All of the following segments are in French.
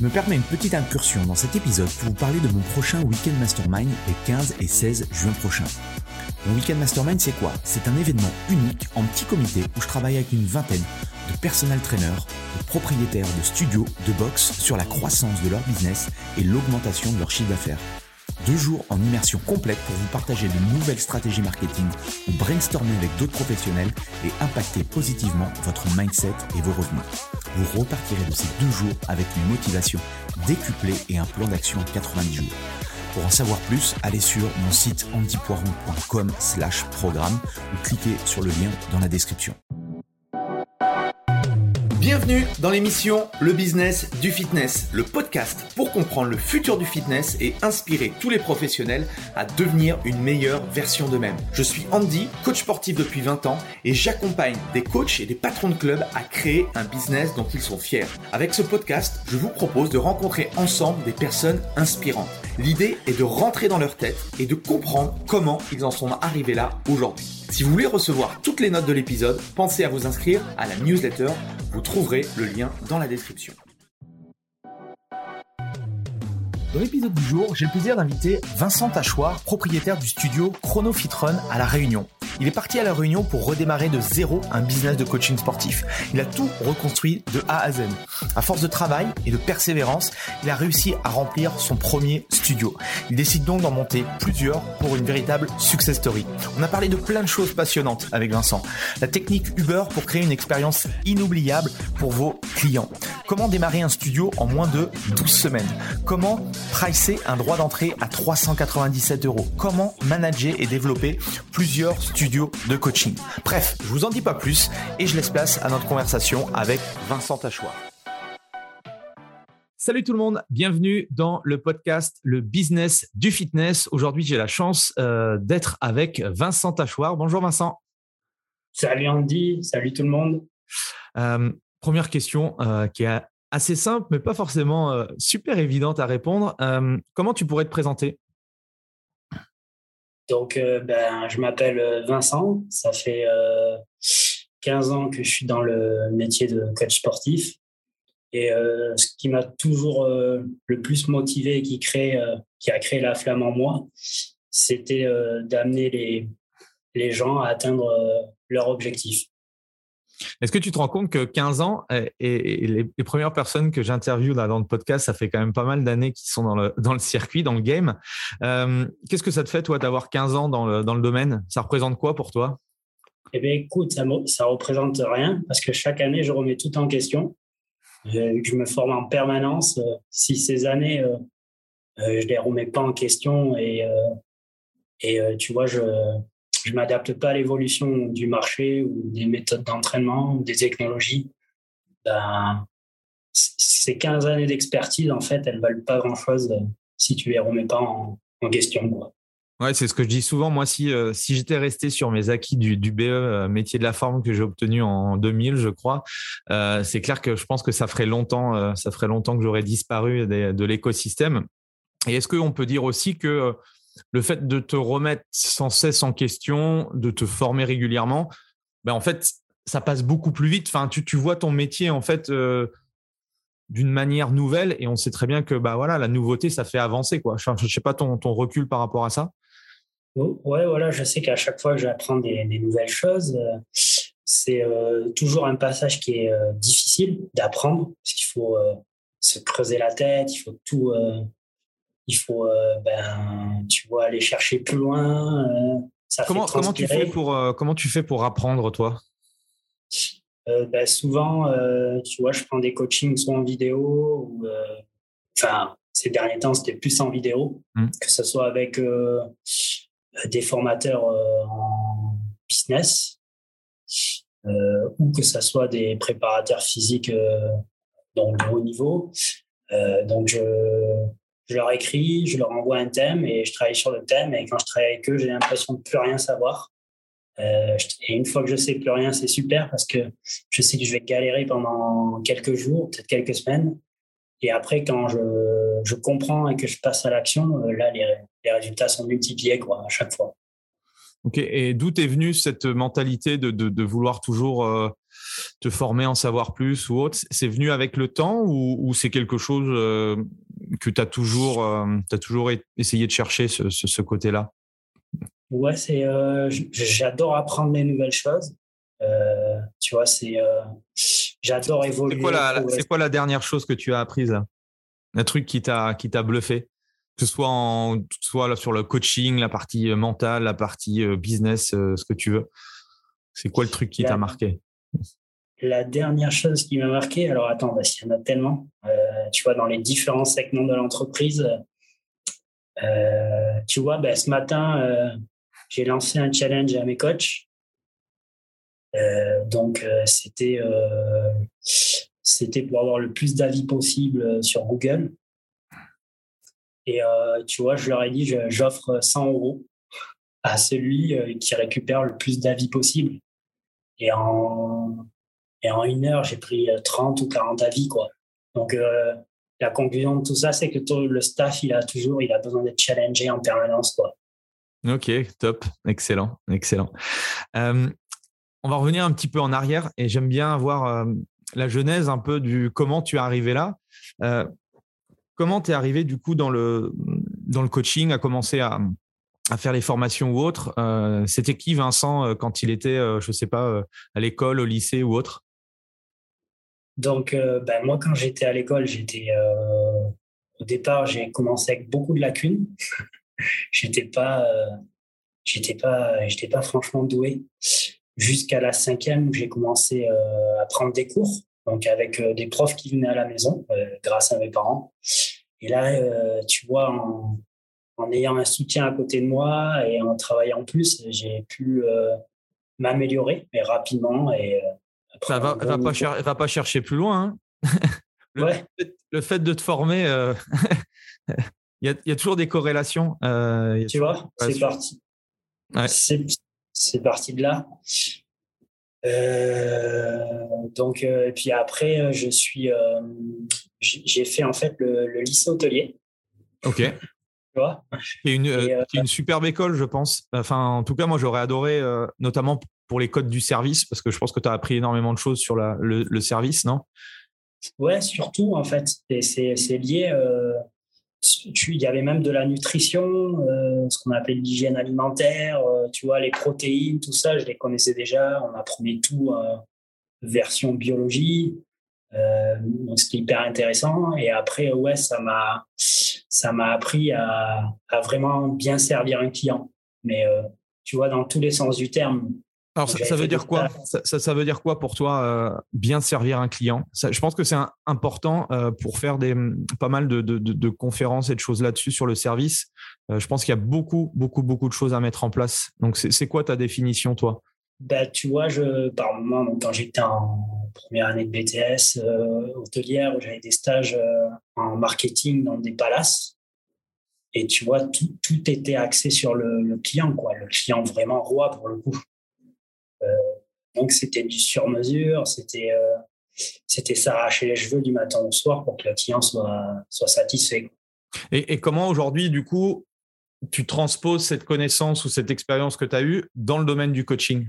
Je me permets une petite incursion dans cet épisode pour vous parler de mon prochain Weekend Mastermind les 15 et 16 juin prochains. Mon Weekend Mastermind, c'est quoi ? C'est un événement unique en petit comité où je travaille avec une vingtaine de personal trainers, de propriétaires de studios, de box sur la croissance de leur business et l'augmentation de leur chiffre d'affaires. 2 jours en immersion complète pour vous partager de nouvelles stratégies marketing ou brainstormer avec d'autres professionnels et impacter positivement votre mindset et vos revenus. Vous repartirez de ces 2 jours avec une motivation décuplée et un plan d'action en 90 jours. Pour en savoir plus, allez sur mon site andypoiron.com/programme ou cliquez sur le lien dans la description. Bienvenue dans l'émission Le Business du Fitness, le podcast pour comprendre le futur du fitness et inspirer tous les professionnels à devenir une meilleure version d'eux-mêmes. Je suis Andy, coach sportif depuis 20 ans et j'accompagne des coachs et des patrons de clubs à créer un business dont ils sont fiers. Avec ce podcast, je vous propose de rencontrer ensemble des personnes inspirantes. L'idée est de rentrer dans leur tête et de comprendre comment ils en sont arrivés là aujourd'hui. Si vous voulez recevoir toutes les notes de l'épisode, pensez à vous inscrire à la newsletter. Vous trouverez le lien dans la description. Dans l'épisode du jour, j'ai le plaisir d'inviter Vincent Tachoir, propriétaire du studio Chrono Fit Run à La Réunion. Il est parti à La Réunion pour redémarrer de zéro un business de coaching sportif. Il a tout reconstruit de A à Z. À force de travail et de persévérance, il a réussi à remplir son premier studio. Il décide donc d'en monter plusieurs pour une véritable success story. On a parlé de plein de choses passionnantes avec Vincent. La technique Uber pour créer une expérience inoubliable pour vos clients. Comment démarrer un studio en moins de 12 semaines. Comment pricer un droit d'entrée à 397 €. Comment manager et développer plusieurs studios de coaching. Bref, je vous en dis pas plus et je laisse place à notre conversation avec Vincent Tachoir. Salut tout le monde, bienvenue dans le podcast Le Business du Fitness. Aujourd'hui, j'ai la chance d'être avec Vincent Tachoir. Bonjour Vincent. Salut Andy, salut tout le monde. Première question qui est assez simple, mais pas forcément super évidente à répondre. Comment tu pourrais te présenter ? Donc, je m'appelle Vincent. Ça fait 15 ans que je suis dans le métier de coach sportif. Et ce qui m'a toujours le plus motivé et qui a créé la flamme en moi, c'était d'amener les gens à atteindre leur objectif. Est-ce que tu te rends compte que 15 ans et les premières personnes que j'interviewe là dans le podcast, ça fait quand même pas mal d'années qu'ils sont dans le circuit, dans le game. Qu'est-ce que ça te fait, toi, d'avoir 15 ans dans le domaine ? Ça représente quoi pour toi ? Eh bien, écoute, ça représente rien parce que chaque année, je remets tout en question. Je me forme en permanence. Si ces années, je les remets pas en question et tu vois, je m'adapte pas à l'évolution du marché ou des méthodes d'entraînement ou des technologies. Ces 15 années d'expertise, en fait, elles valent pas grand-chose si tu les remets pas en question, quoi. Ouais, c'est ce que je dis souvent. Moi, si j'étais resté sur mes acquis du BE, métier de la forme que j'ai obtenu en 2000, je crois, c'est clair que je pense que ça ferait longtemps que j'aurais disparu de l'écosystème. Et est-ce qu'on peut dire aussi que le fait de te remettre sans cesse en question, de te former régulièrement, en fait, ça passe beaucoup plus vite. Enfin, tu vois ton métier en fait d'une manière nouvelle et on sait très bien que la nouveauté, ça fait avancer, quoi. Je sais pas ton recul par rapport à ça. Ouais, voilà, je sais qu'à chaque fois que j'apprends des nouvelles choses, c'est toujours un passage qui est difficile d'apprendre parce qu'il faut se creuser la tête, il faut tout. Tu vois, aller chercher plus loin. Comment tu fais pour apprendre, toi ? Souvent, tu vois, je prends des coachings soit en vidéo ou, ces derniers temps, c'était plus en vidéo, que ce soit avec des formateurs en business ou que ce soit des préparateurs physiques donc de haut niveau. Donc, je leur écris, je leur envoie un thème et je travaille sur le thème. Et quand je travaille avec eux, j'ai l'impression de plus rien savoir. Et une fois que je sais plus rien, c'est super parce que je sais que je vais galérer pendant quelques jours, peut-être quelques semaines. Et après, quand je comprends et que je passe à l'action, là, les résultats sont multipliés, quoi, à chaque fois. Ok. Et d'où est venue cette mentalité de vouloir toujours te former, en savoir plus ou autre? C'est venu avec le temps ou c'est quelque chose que tu as toujours essayé de chercher, ce côté-là? Ouais, j'adore apprendre des nouvelles choses. Tu vois, j'adore évoluer. C'est quoi la dernière chose que tu as apprise là? Un truc qui t'a bluffé? Que ce soit là, sur le coaching, la partie mentale, la partie business, ce que tu veux. C'est quoi le truc qui t'a marqué? La dernière chose qui m'a marqué, alors attends, parce qu'il y en a tellement. Tu vois, dans les différents segments de l'entreprise, tu vois, ce matin, j'ai lancé un challenge à mes coachs. Donc, c'était pour avoir le plus d'avis possible sur Google. Et tu vois, je leur ai dit, j'offre 100 € à celui qui récupère le plus d'avis possible. Et en 1 heure, j'ai pris 30 ou 40 avis, quoi. Donc, la conclusion de tout ça, c'est que le staff, il a besoin d'être challengé en permanence, quoi. Ok, top, excellent. On va revenir un petit peu en arrière et j'aime bien avoir la genèse un peu du comment tu es arrivé là. Comment tu es arrivé du coup dans le coaching, à commencer à faire les formations ou autres? C'était qui Vincent quand il était, je sais pas, à l'école, au lycée ou autre? Donc, moi, quand j'étais à l'école, au départ, j'ai commencé avec beaucoup de lacunes. J'étais pas franchement doué jusqu'à la 5e où j'ai commencé à prendre des cours, donc avec des profs qui venaient à la maison grâce à mes parents. Et là, tu vois, en ayant un soutien à côté de moi et en travaillant plus, j'ai pu m'améliorer, mais rapidement. Et après, va pas chercher plus loin, hein. Le fait de te former, il y a toujours des corrélations. Tu vois, c'est parti. Ouais. C'est parti de là. Donc, et puis après, j'ai fait en fait le lycée hôtelier. Ok. Tu vois, c'est une superbe école, je pense. Enfin, en tout cas, moi, j'aurais adoré, notamment pour les codes du service, parce que je pense que tu as appris énormément de choses sur le service, non? Ouais, surtout, en fait. C'est lié. Il y avait même de la nutrition, ce qu'on appelle l'hygiène alimentaire, tu vois, les protéines, tout ça, je les connaissais déjà. On apprenait tout version biologie. Donc, c'était hyper intéressant. Et après, ouais, ça m'a appris à vraiment bien servir un client. Mais tu vois, dans tous les sens du terme. Alors, ça veut dire quoi? Ça veut dire quoi pour toi, bien servir un client? Je pense que c'est important pour faire pas mal de conférences et de choses là-dessus sur le service. Je pense qu'il y a beaucoup de choses à mettre en place. Donc, c'est quoi ta définition, toi? Tu vois, par moment, donc, quand j'étais en première année de BTS hôtelière, où j'avais des stages en marketing dans des palaces. Et tu vois, tout était axé sur le client, quoi. Le client vraiment roi, pour le coup. Donc, c'était du sur-mesure, c'était s'arracher les cheveux du matin au soir pour que le client soit satisfait. Et comment aujourd'hui, du coup, tu transposes cette connaissance ou cette expérience que tu as eue dans le domaine du coaching?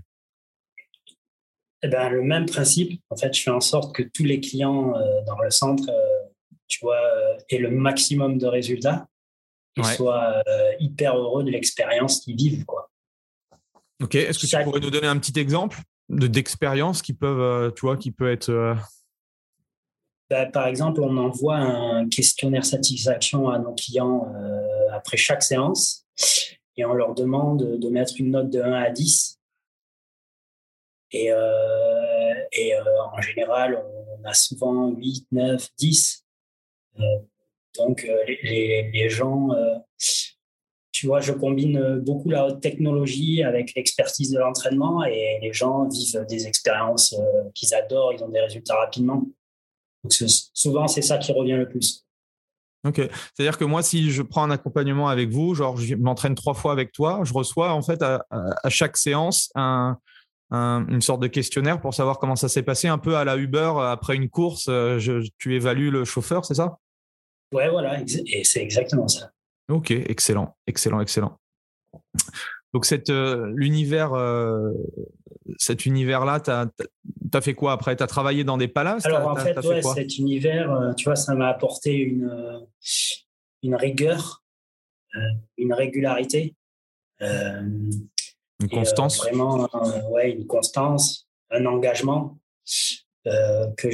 Le même principe. En fait, je fais en sorte que tous les clients dans le centre, tu vois, aient le maximum de résultats et soient hyper heureux de l'expérience qu'ils vivent, quoi. Ok. Est-ce que tu pourrais nous donner un petit exemple d'expériences qui peut être… Par exemple, on envoie un questionnaire satisfaction à nos clients après chaque séance et on leur demande de mettre une note de 1 à 10. Et en général, on a souvent 8, 9, 10. Donc, les gens… tu vois, je combine beaucoup la haute technologie avec l'expertise de l'entraînement et les gens vivent des expériences qu'ils adorent, ils ont des résultats rapidement. Donc, souvent, c'est ça qui revient le plus. Ok. C'est-à-dire que moi, si je prends un accompagnement avec vous, genre je m'entraîne 3 fois avec toi, je reçois en fait à chaque séance une sorte de questionnaire pour savoir comment ça s'est passé, un peu à la Uber après une course. Tu évalues le chauffeur, c'est ça? Ouais, voilà, et c'est exactement ça. Ok, excellent. Donc cet univers-là, as fait quoi après? Tu as travaillé dans des palaces? Alors, en fait, cet univers, tu vois, ça m'a apporté une rigueur, une régularité. Une constance. Vraiment, une constance, un engagement que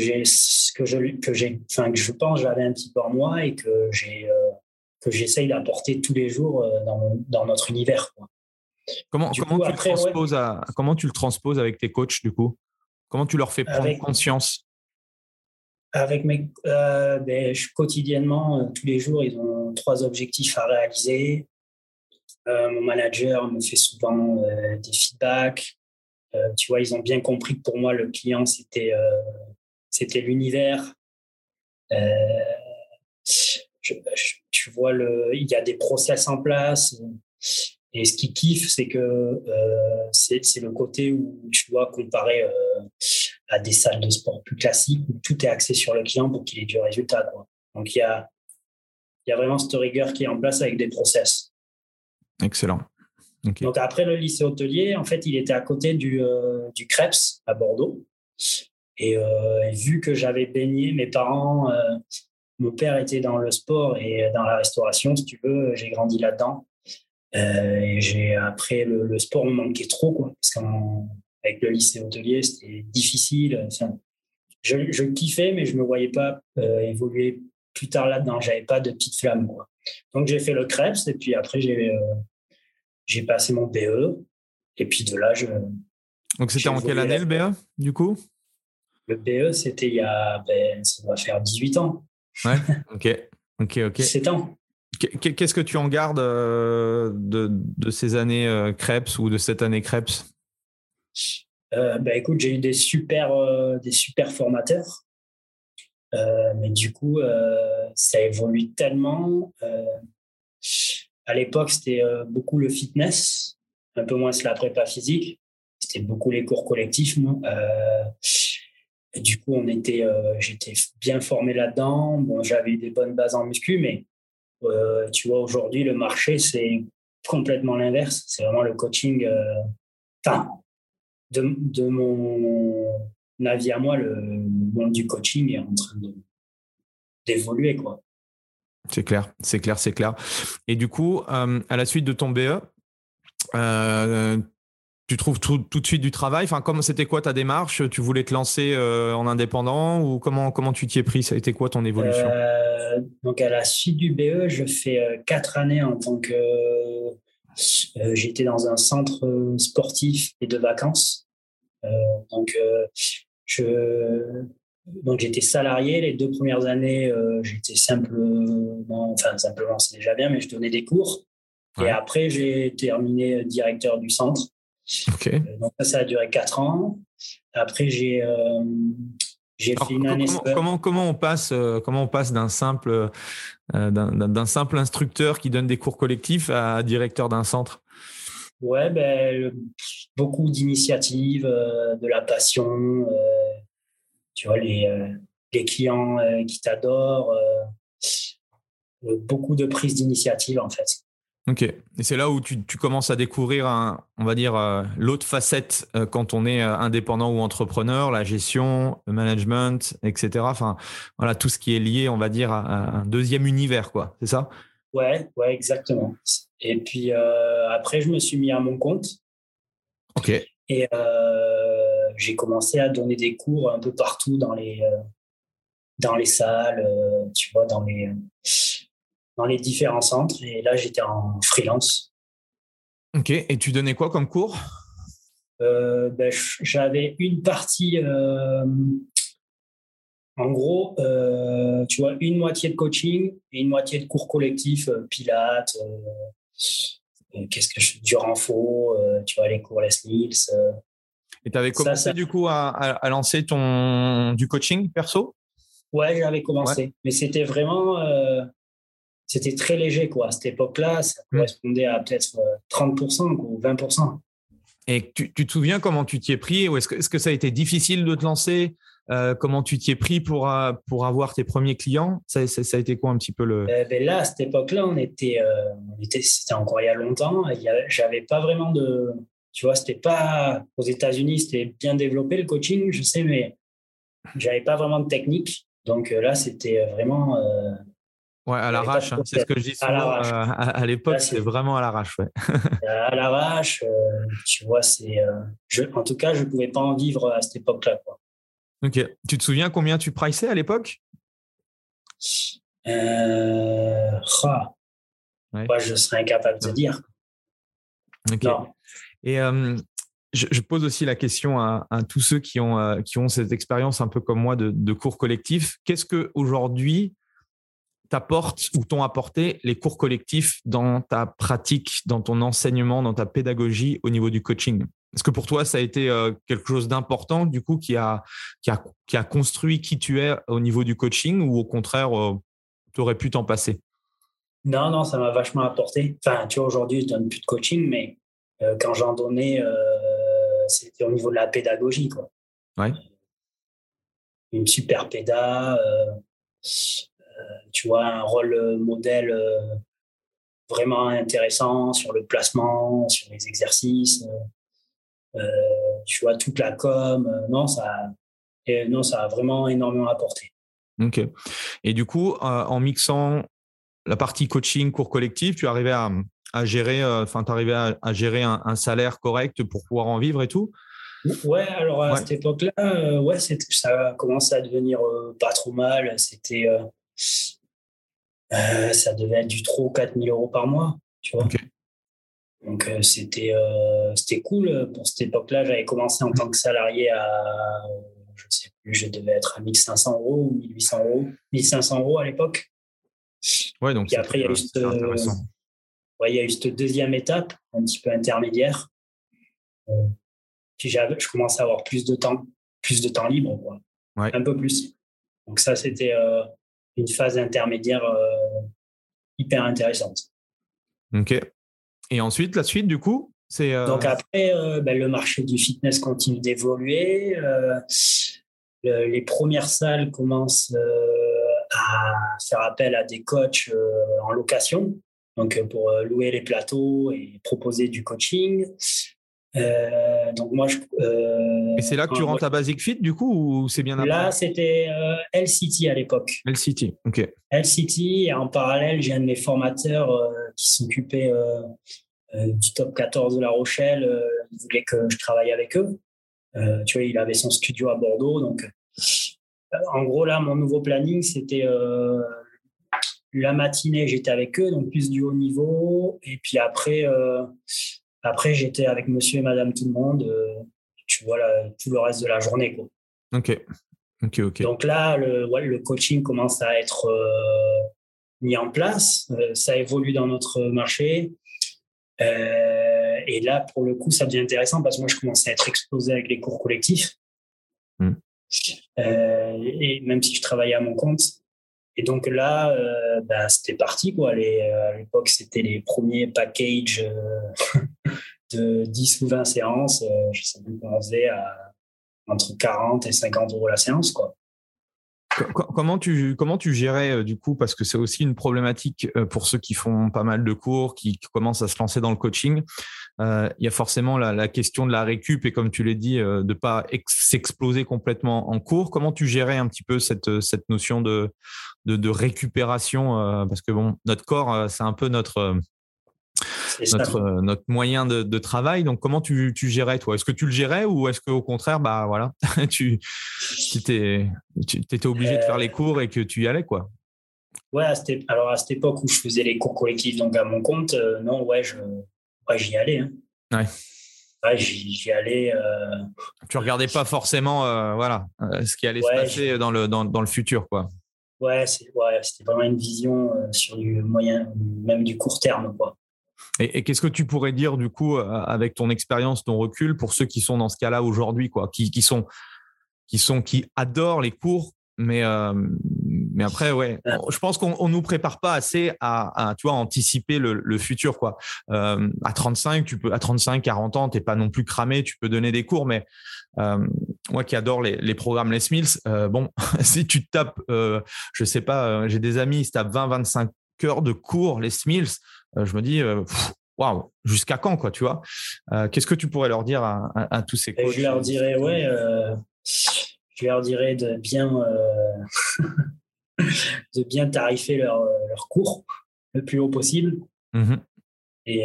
je pense j'avais un petit peu en moi et que j'essaye d'apporter tous les jours dans notre univers, quoi. Comment tu le transposes avec tes coachs, du coup? Comment tu leur fais prendre conscience? Avec quotidiennement, tous les jours, ils ont 3 objectifs à réaliser. Mon manager me fait souvent des feedbacks. Tu vois, ils ont bien compris que pour moi, le client, c'était l'univers. Tu vois, il y a des process en place. Et ce qu'ils kiffent, c'est que c'est le côté où tu dois comparer à des salles de sport plus classiques où tout est axé sur le client pour qu'il ait du résultat, quoi. Donc, il y a vraiment cette rigueur qui est en place avec des process. Excellent. Okay. Donc, après le lycée hôtelier, en fait, il était à côté du Crêpes à Bordeaux. Et vu que j'avais baigné, mes parents, mon père était dans le sport et dans la restauration, si tu veux, j'ai grandi là-dedans. Et après, le sport me manquait trop, quoi, parce qu'avec le lycée hôtelier, c'était difficile. Enfin, je kiffais, mais je me voyais pas évoluer plus tard là-dedans. J'avais pas de petite flamme, quoi. Donc, j'ai fait le Crêpes et puis après, j'ai passé mon BE. Et puis de là, Donc, c'était en quelle année le BE, du coup? Le BE, c'était ça doit faire 18 ans. Ouais, ok. 17 ans. Qu'est-ce que tu en gardes de ces années Crêpes ou de cette année Crêpes? Écoute, j'ai eu des super formateurs. Mais du coup, ça évolue tellement. À l'époque, c'était beaucoup le fitness, un peu moins la prépa physique. C'était beaucoup les cours collectifs. Et du coup, j'étais bien formé là-dedans. Bon, j'avais des bonnes bases en muscu, mais tu vois, aujourd'hui, le marché, c'est complètement l'inverse. C'est vraiment le coaching. De mon avis à moi, le monde du coaching est en train d'évoluer, quoi. C'est clair. Et du coup, à la suite de ton BE, tu trouves tout de suite du travail. Enfin, c'était quoi ta démarche? Tu voulais te lancer en indépendant ou comment tu t'y es pris? Ça a été quoi ton évolution? Donc, à la suite du BE, je fais 4 années en tant que... j'étais dans un centre sportif et de vacances. Donc, j'étais salarié. Les 2 premières années, j'étais simplement, c'est déjà bien, mais je donnais des cours. Ouais. Et après, j'ai terminé directeur du centre. Okay. Donc ça a duré 4 ans. Après, j'ai fait une année. Comment on passe d'un simple instructeur qui donne des cours collectifs à directeur d'un centre? Ouais, beaucoup d'initiatives, de la passion. Tu vois, les clients qui t'adorent. Beaucoup de prise d'initiative, en fait. Ok. Et c'est là où tu commences à découvrir, on va dire, l'autre facette quand on est indépendant ou entrepreneur, la gestion, le management, etc. Enfin, voilà, tout ce qui est lié, on va dire, à un deuxième univers, quoi. C'est ça? Ouais, exactement. Et puis après, je me suis mis à mon compte. Ok. Et j'ai commencé à donner des cours un peu partout dans les salles, tu vois, dans les différents centres. Et là, j'étais en freelance. Ok. Et tu donnais quoi comme cours? J'avais une partie, en gros, tu vois, une moitié de coaching et une moitié de cours collectifs, pilates, du renfort, tu vois, les cours Les Mills. Et tu avais commencé du coup à lancer du coaching perso? Ouais, j'avais commencé. Ouais. Mais c'était vraiment... c'était très léger, quoi. À cette époque-là, ça correspondait à peut-être 30% ou 20%. Et tu te souviens comment tu t'y es pris? Ou est-ce que ça a été difficile de te lancer? Comment tu t'y es pris pour avoir tes premiers clients? Ça a été quoi un petit peu le... Là, à cette époque-là, c'était encore il y a longtemps. J'avais pas vraiment Tu vois, c'était pas aux États-Unis, c'était bien développé le coaching, je sais, mais j'avais pas vraiment de technique. Donc là, c'était vraiment. Ouais, à l'arrache, hein. C'est ce que je dis à souvent. l'arrache. À Là, l'époque, c'était vraiment à l'arrache. Ouais. à l'arrache. Tu vois, en tout cas, je pouvais pas en vivre à cette époque-là, quoi. Ok. Tu te souviens combien tu priçais à l'époque? Moi, je serais incapable de dire. Ok. Non. Et je pose aussi la question à tous ceux qui ont cette expérience un peu comme moi de cours collectifs. Qu'est-ce qu'aujourd'hui t'apportent ou t'ont apporté les cours collectifs dans ta pratique, dans ton enseignement, dans ta pédagogie au niveau du coaching? Est-ce que pour toi, ça a été quelque chose d'important, du coup, qui a construit qui tu es au niveau du coaching, ou au contraire, tu aurais pu t'en passer? Non, ça m'a vachement apporté. Enfin, tu vois, aujourd'hui, je donne plus de coaching, mais quand j'en donnais, c'était au niveau de la pédagogie, quoi. Ouais. Une super péda, tu vois, un rôle modèle vraiment intéressant sur le placement, sur les exercices, tu vois, toute la com. Non, ça a vraiment énormément apporté. Ok. Et du coup, en mixant la partie coaching, cours collectif, tu arrivais à gérer, t'arrivais à gérer un salaire correct pour pouvoir en vivre et tout? Ouais, alors à cette époque-là, ça a commencé à devenir pas trop mal. C'était, ça devait être du trop 4 000 euros par mois, tu vois. Okay. Donc c'était cool. Pour cette époque-là, j'avais commencé en tant que salarié à, je sais plus, je devais être à 1 500 euros ou 1 800 euros, 1 500 euros à l'époque. Ouais, donc puis après, il y a eu cette deuxième étape, un petit peu intermédiaire. Puis je commençais à avoir plus de temps libre, quoi. Ouais. Un peu plus. Donc ça, c'était une phase intermédiaire hyper intéressante. Ok. Et ensuite, la suite, du coup, c'est… Donc après, le marché du fitness continue d'évoluer. Les premières salles commencent à faire appel à des coachs en location, donc pour louer les plateaux et proposer du coaching. Donc moi, et c'est là que tu rentres à Basic Fit, du coup, ou c'est bien après? Là, c'était LCT à l'époque. LCT, ok. LCT, et en parallèle, j'ai un de mes formateurs qui s'occupait du top 14 de La Rochelle. Il voulait que je travaille avec eux. Tu vois, il avait son studio à Bordeaux. Donc, en gros, là, mon nouveau planning, c'était la matinée, j'étais avec eux, donc plus du haut niveau. Et puis après, j'étais avec monsieur et madame tout le monde. Tu vois, tout le reste de la journée, quoi. Ok. Donc là, le coaching commence à être mis en place. Ça évolue dans notre marché. Et là, pour le coup, ça devient intéressant parce que moi, je commence à être exposé avec les cours collectifs. Et même si je travaillais à mon compte. Et donc là, c'était parti, quoi. À l'époque, c'était les premiers packages de 10 ou 20 séances. Je ne sais plus comment on faisait, entre 40 et 50 euros la séance, quoi. Comment tu gérais, du coup, parce que c'est aussi une problématique pour ceux qui font pas mal de cours, qui commencent à se lancer dans le coaching. Il y a forcément la question de la récup et, comme tu l'as dit, de ne pas s'exploser complètement en cours. Comment tu gérais un petit peu cette notion de récupération, parce que bon, notre corps, c'est un peu notre moyen de travail. Donc, comment tu gérais, toi? Est-ce que tu le gérais, ou est-ce qu'au contraire, tu étais obligé de faire les cours et que tu y allais, quoi? Ouais, à cette époque où je faisais les cours collectifs, donc à mon compte, non, j'y allais. Hein. Ouais. Ouais, j'y allais. Tu regardais pas forcément, ce qui allait se passer dans le futur, quoi. Ouais, c'était vraiment une vision sur du moyen, même du court terme, quoi. Et qu'est-ce que tu pourrais dire, du coup, avec ton expérience, ton recul, pour ceux qui sont dans ce cas-là aujourd'hui, quoi, qui adorent les cours, mais après, ouais, je pense qu'on nous prépare pas assez à tu vois, anticiper le futur, quoi. À 35, 40 ans, t'es pas non plus cramé, tu peux donner des cours, mais moi qui adore les programmes Les Mills, si tu te tapes, je sais pas, j'ai des amis, ils se tapent 20-25 heures de cours Les Mills, je me dis, waouh, jusqu'à quand, quoi, tu vois? Qu'est-ce que tu pourrais leur dire à tous ces coachs? Je leur dirais, je leur dirais de bien tarifer leur cours le plus haut possible. Et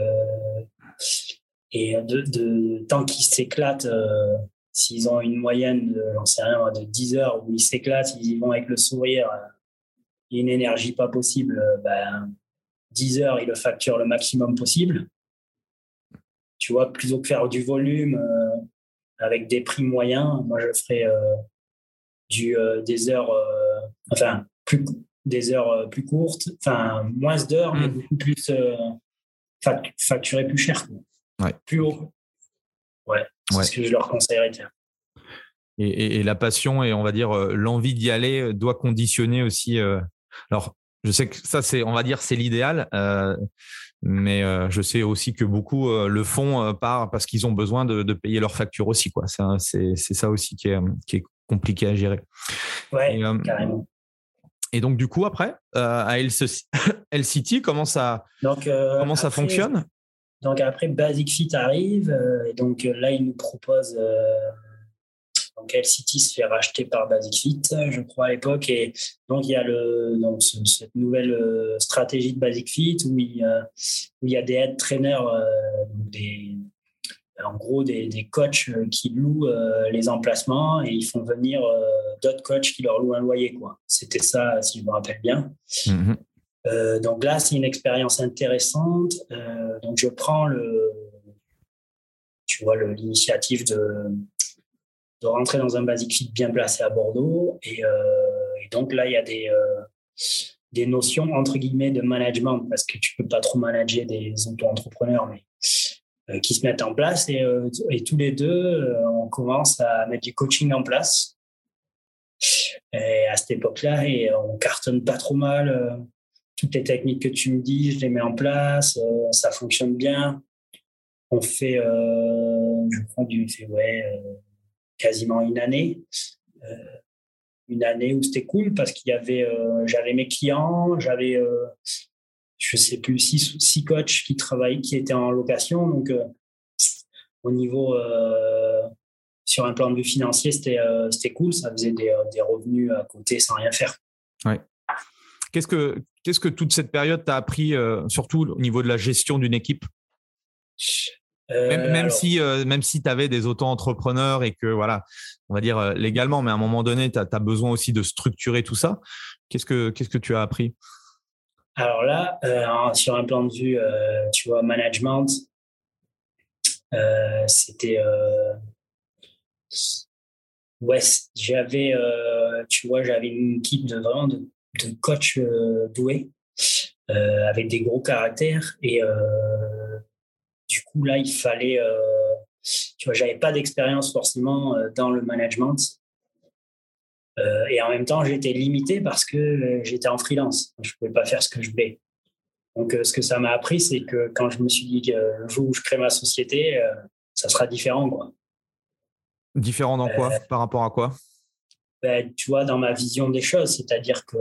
tant qu'ils s'éclatent, s'ils ont une moyenne j'en sais rien, de 10 heures où ils s'éclatent, ils y vont avec le sourire, une énergie pas possible, 10 heures, ils le facturent le maximum possible. Tu vois, plutôt que faire du volume avec des prix moyens, moi je ferais des heures, des heures plus courtes, moins d'heures, mais beaucoup plus facturées plus cher, plus haut. C'est ce que je leur conseillerais de faire. Et la passion et on va dire l'envie d'y aller doit conditionner aussi. Alors, je sais que ça, on va dire, c'est l'idéal, mais je sais aussi que beaucoup le font parce qu'ils ont besoin de payer leurs factures aussi, quoi. C'est ça aussi qui est compliqué à gérer. Ouais, carrément. Et donc, du coup, après, à LCT, comment ça fonctionne? Donc, après, Basic Fit arrive. Et donc, là, ils nous proposent... donc, LCT se fait racheter par Basic Fit, je crois, à l'époque. Et donc, il y a cette nouvelle stratégie de Basic Fit où il y a des head trainers, en gros, des coachs qui louent les emplacements et ils font venir d'autres coachs qui leur louent un loyer, quoi. C'était ça, si je me rappelle bien. Donc là, c'est une expérience intéressante. Donc, je prends l'initiative de rentrer dans un Basic Fit bien placé à Bordeaux. Et donc là, il y a des notions, entre guillemets, de management parce que tu peux pas trop manager des auto-entrepreneurs, mais qui se mettent en place. Et tous les deux, on commence à mettre du coaching en place. Et à cette époque-là, et on cartonne pas trop mal. Toutes les techniques que tu me dis, je les mets en place. Ça fonctionne bien. On fait, quasiment une année. Une année où c'était cool parce qu'il y avait, j'avais mes clients, j'avais, je sais plus, six coachs qui étaient en location. Donc, au niveau, sur un plan de vue financier, c'était cool. Ça faisait des revenus à côté sans rien faire. Ouais. Qu'est-ce que toute cette période t'a appris, surtout au niveau de la gestion d'une équipe? Même si tu avais des auto-entrepreneurs et que, voilà, on va dire légalement, mais à un moment donné, tu as besoin aussi de structurer tout ça. Qu'est-ce que tu as appris? Alors là, sur un plan de vue, tu vois, management, c'était... j'avais une équipe de coachs doués avec des gros caractères et du coup, là, il fallait... tu vois, j'avais pas d'expérience forcément dans le management. Et en même temps, j'étais limité parce que j'étais en freelance. Je pouvais pas faire ce que je voulais. Donc, ce que ça m'a appris, c'est que quand je me suis dit que le jour où je crée ma société, ça sera différent, quoi. Différent dans quoi? Par rapport à quoi? Tu vois, dans ma vision des choses, c'est-à-dire que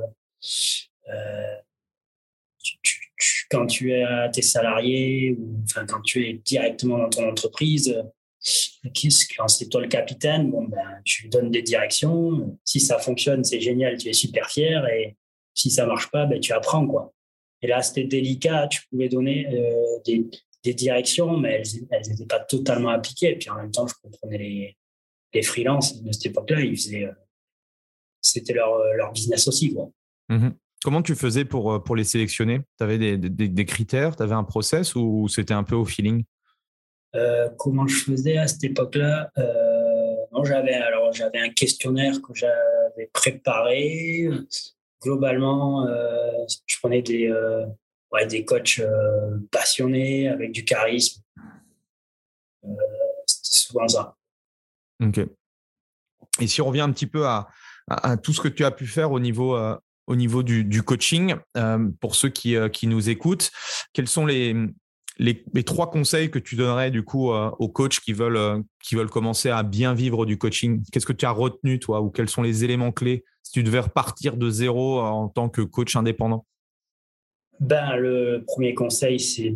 quand tu es à tes salariés ou quand tu es directement dans ton entreprise, quand c'est toi le capitaine, tu donnes des directions. Si ça fonctionne, c'est génial, tu es super fier. Et si ça marche pas, tu apprends, quoi. Et là, c'était délicat. Tu pouvais donner des directions, mais elles n'étaient pas totalement appliquées. Et puis en même temps, je comprenais les freelances de cette époque-là. C'était leur business aussi, quoi. Mmh. Comment tu faisais pour les sélectionner? Tu avais des critères, tu avais un process ou c'était un peu au feeling? Comment je faisais à cette époque-là? Non, j'avais un questionnaire que j'avais préparé. Globalement, je prenais des coachs passionnés avec du charisme. C'était souvent ça. Ok. Et si on revient un petit peu à tout ce que tu as pu faire au niveau du coaching, pour ceux qui nous écoutent, quels sont les 3 conseils que tu donnerais du coup aux coachs qui veulent commencer à bien vivre du coaching? Qu'est-ce que tu as retenu, toi, ou quels sont les éléments clés si tu devais repartir de zéro en tant que coach indépendant? Le premier conseil, c'est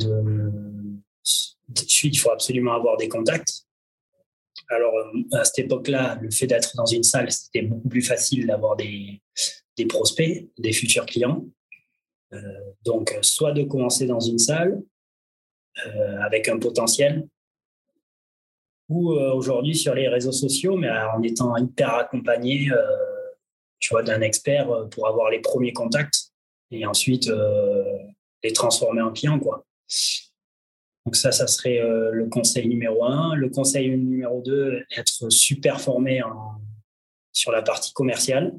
il faut absolument avoir des contacts. Alors, à cette époque-là, le fait d'être dans une salle, c'était beaucoup plus facile d'avoir des prospects, des futurs clients. Donc, soit de commencer dans une salle avec un potentiel, ou aujourd'hui sur les réseaux sociaux, mais en étant hyper accompagné d'un expert pour avoir les premiers contacts et ensuite les transformer en clients, quoi. Donc ça serait le conseil numéro 1. Le conseil numéro 2, être super formé sur la partie commerciale.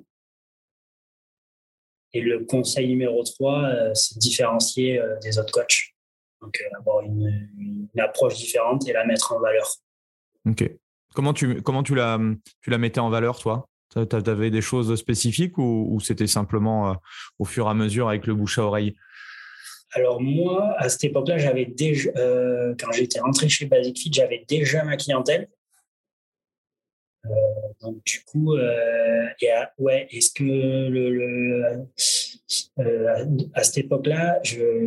Et le conseil numéro 3, c'est différencier des autres coachs. Donc avoir une approche différente et la mettre en valeur. Ok. Comment tu la mettais en valeur, toi ? Tu avais des choses spécifiques ou c'était simplement au fur et à mesure avec le bouche à oreille ? Alors moi, à cette époque-là, j'avais déjà, quand j'étais rentré chez Basic Fit, j'avais déjà ma clientèle. Donc du coup, est-ce que à cette époque-là,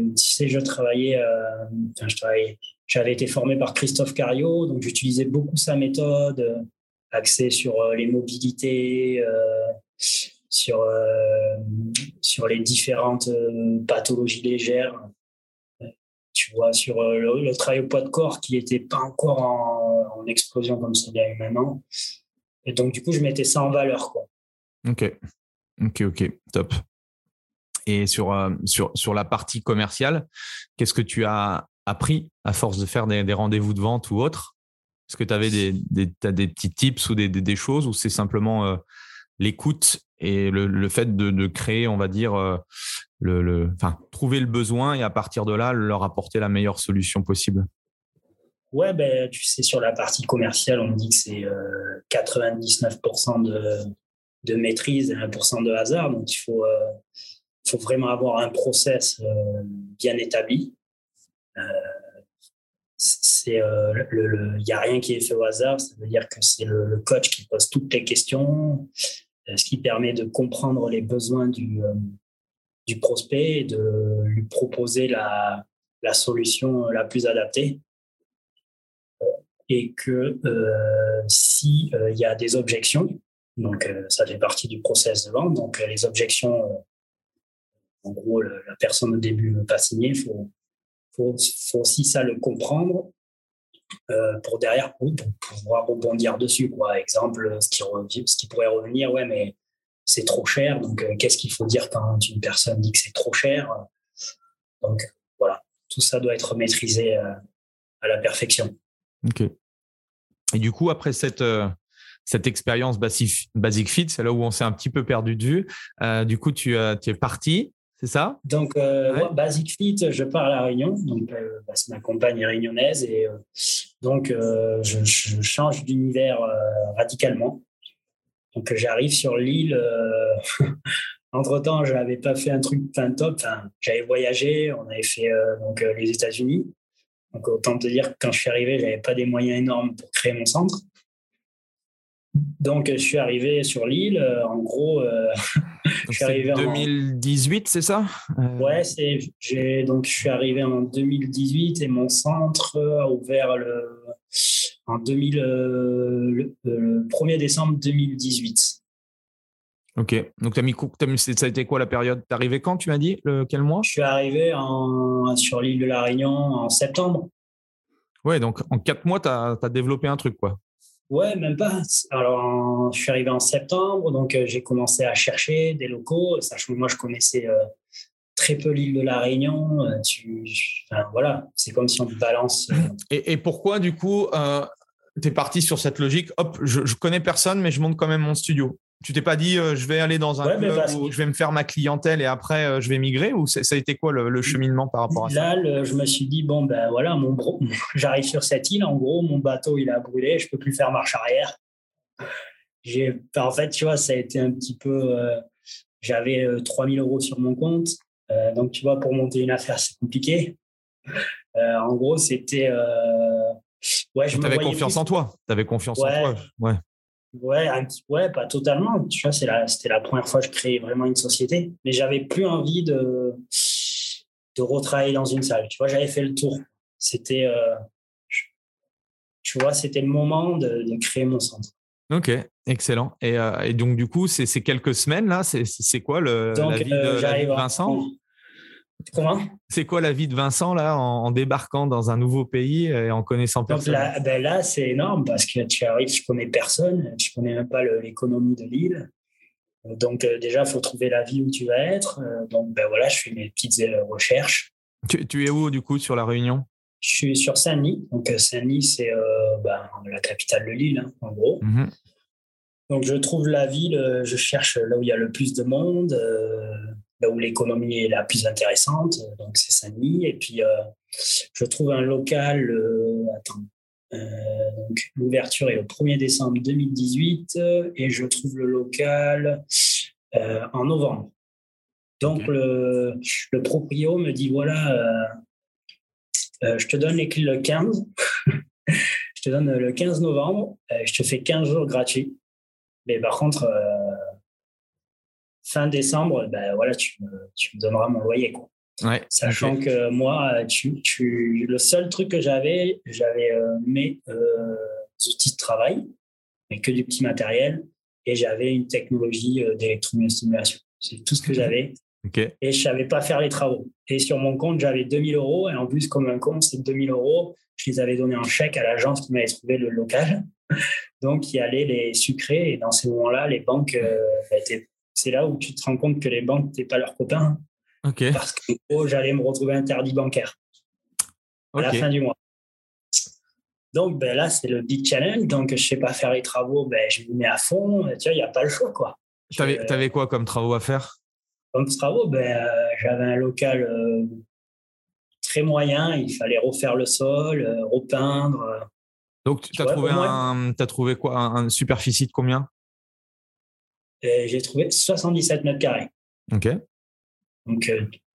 j'avais été formé par Christophe Cario, donc j'utilisais beaucoup sa méthode, axée sur les mobilités, sur les différentes pathologies légères. Tu vois, sur le travail au poids de corps qui n'était pas encore en explosion comme ça il y a eu maintenant. Et donc, du coup, je mettais ça en valeur, quoi. Ok, top. Et sur la partie commerciale, qu'est-ce que tu as appris à force de faire des rendez-vous de vente ou autre ? Est-ce que tu avais t'as des petits tips ou des choses, ou c'est simplement l'écoute et le fait de créer, on va dire, trouver le besoin et à partir de là, leur apporter la meilleure solution possible ? Ouais, tu sais, sur la partie commerciale, on dit que c'est 99% de maîtrise et 1% de hasard. Donc, il faut vraiment avoir un process bien établi. Il n'y a rien qui est fait au hasard. Ça veut dire que c'est le coach qui pose toutes les questions, ce qui permet de comprendre les besoins du prospect et de lui proposer la solution la plus adaptée. Et que si y a des objections, donc ça fait partie du process de vente, donc les objections, en gros, la personne au début ne veut pas signer, il faut aussi ça le comprendre pour derrière pour pouvoir rebondir dessus, quoi. Exemple, ce qui pourrait revenir, ouais, mais c'est trop cher, donc qu'est-ce qu'il faut dire quand une personne dit que c'est trop cher ? Donc voilà, tout ça doit être maîtrisé à la perfection. Ok. Et du coup, après cette expérience Basic Fit, c'est là où on s'est un petit peu perdu de vue. Du coup, tu es parti, c'est ça ? Donc, ouais. Basic Fit, je pars à La Réunion. Donc, ma compagne est réunionnaise et donc je change d'univers radicalement. Donc, j'arrive sur l'île. Entre-temps, je n'avais pas fait un truc top. J'avais voyagé, on avait fait les États-Unis. Donc, autant te dire que quand je suis arrivé, je n'avais pas des moyens énormes pour créer mon centre. Donc, je suis arrivé sur l'île. En gros, je suis arrivé en 2018, c'est ça ? Ouais, je suis arrivé en 2018 et mon centre a ouvert le 1er décembre 2018. Ok, donc ça a été quoi la période ? T'es arrivé quand, tu m'as dit ? Quel mois ? Je suis arrivé sur l'île de La Réunion en septembre. Ouais, donc en 4 mois, tu as développé un truc, quoi. Ouais, même pas. Alors, je suis arrivé en septembre, donc j'ai commencé à chercher des locaux, sachant que moi, je connaissais très peu l'île de La Réunion. Voilà, c'est comme si on te balance. Et pourquoi, du coup, tu es parti sur cette logique ? Hop, je connais personne, mais je monte quand même mon studio. Tu t'es pas dit, je vais aller dans un club où je vais me faire ma clientèle et après, je vais migrer, ou ça a été quoi le cheminement par rapport à ça ? Là, je me suis dit, bon, voilà, j'arrive sur cette île, en gros, mon bateau, il a brûlé, je peux plus faire marche arrière. En fait, tu vois, ça a été un petit peu... j'avais 3 000 € sur mon compte, donc, tu vois, pour monter une affaire, c'est compliqué. En gros, c'était... tu avais confiance en toi. Tu avais confiance en toi. Ouais. Ouais, pas totalement. Tu vois, c'était la première fois que je créais vraiment une société. Mais j'avais plus envie de retravailler dans une salle. Tu vois, j'avais fait le tour. C'était, tu vois, c'était le moment de créer mon centre. Ok, excellent. Et donc, du coup, c'est quelques semaines là. C'est quoi la vie de Vincent? Comment? C'est quoi la vie de Vincent là en débarquant dans un nouveau pays et en connaissant personne? Donc là, c'est énorme parce que tu arrives, tu connais personne, tu connais même pas l'économie de l'île. Donc déjà, il faut trouver la ville où tu vas être. Donc voilà, je fais mes petites recherches. Tu es où du coup sur la Réunion? Je suis sur Saint-Denis. Donc Saint-Denis, c'est la capitale de l'île, hein, en gros. Mm-hmm. Donc je trouve la ville, je cherche là où il y a le plus de monde, là où l'économie est la plus intéressante. Donc c'est Saint-Denis. Et puis je trouve un local. Donc l'ouverture est le 1er décembre 2018 et je trouve le local en novembre. Donc okay. le proprio me dit voilà, je te donne les clés le 15. Je te donne le 15 novembre. Je te fais 15 jours gratuits. Mais par contre, fin décembre, voilà, tu me donneras mon loyer, quoi. Ouais, sachant okay. que moi, le seul truc que j'avais mes outils de travail, mais que du petit matériel, et j'avais une technologie d'électromyostimulation. C'est tout ce que j'avais. Okay. Et je ne savais pas faire les travaux. Et sur mon compte, j'avais 2 000 €. Et en plus, comme un con, c'est 2 000 €. Je les avais donnés en chèque à l'agence qui m'avait trouvé le local. Donc, il allait les sucrer. Et dans ces moments-là, les banques, c'est là où tu te rends compte que les banques n'étaient pas leurs copains. Okay. Parce qu'en gros, j'allais me retrouver interdit bancaire à la fin du mois. Donc, là, c'est le big challenge. Donc, je ne sais pas faire les travaux. Je me mets à fond. Tu vois, il n'y a pas le choix, quoi. Tu avais quoi comme travaux à faire? Comme travaux, j'avais un local très moyen. Il fallait refaire le sol, repeindre. Donc, tu as trouvé quoi? Un superficie de combien? J'ai trouvé 77 mètres carrés. OK. Donc,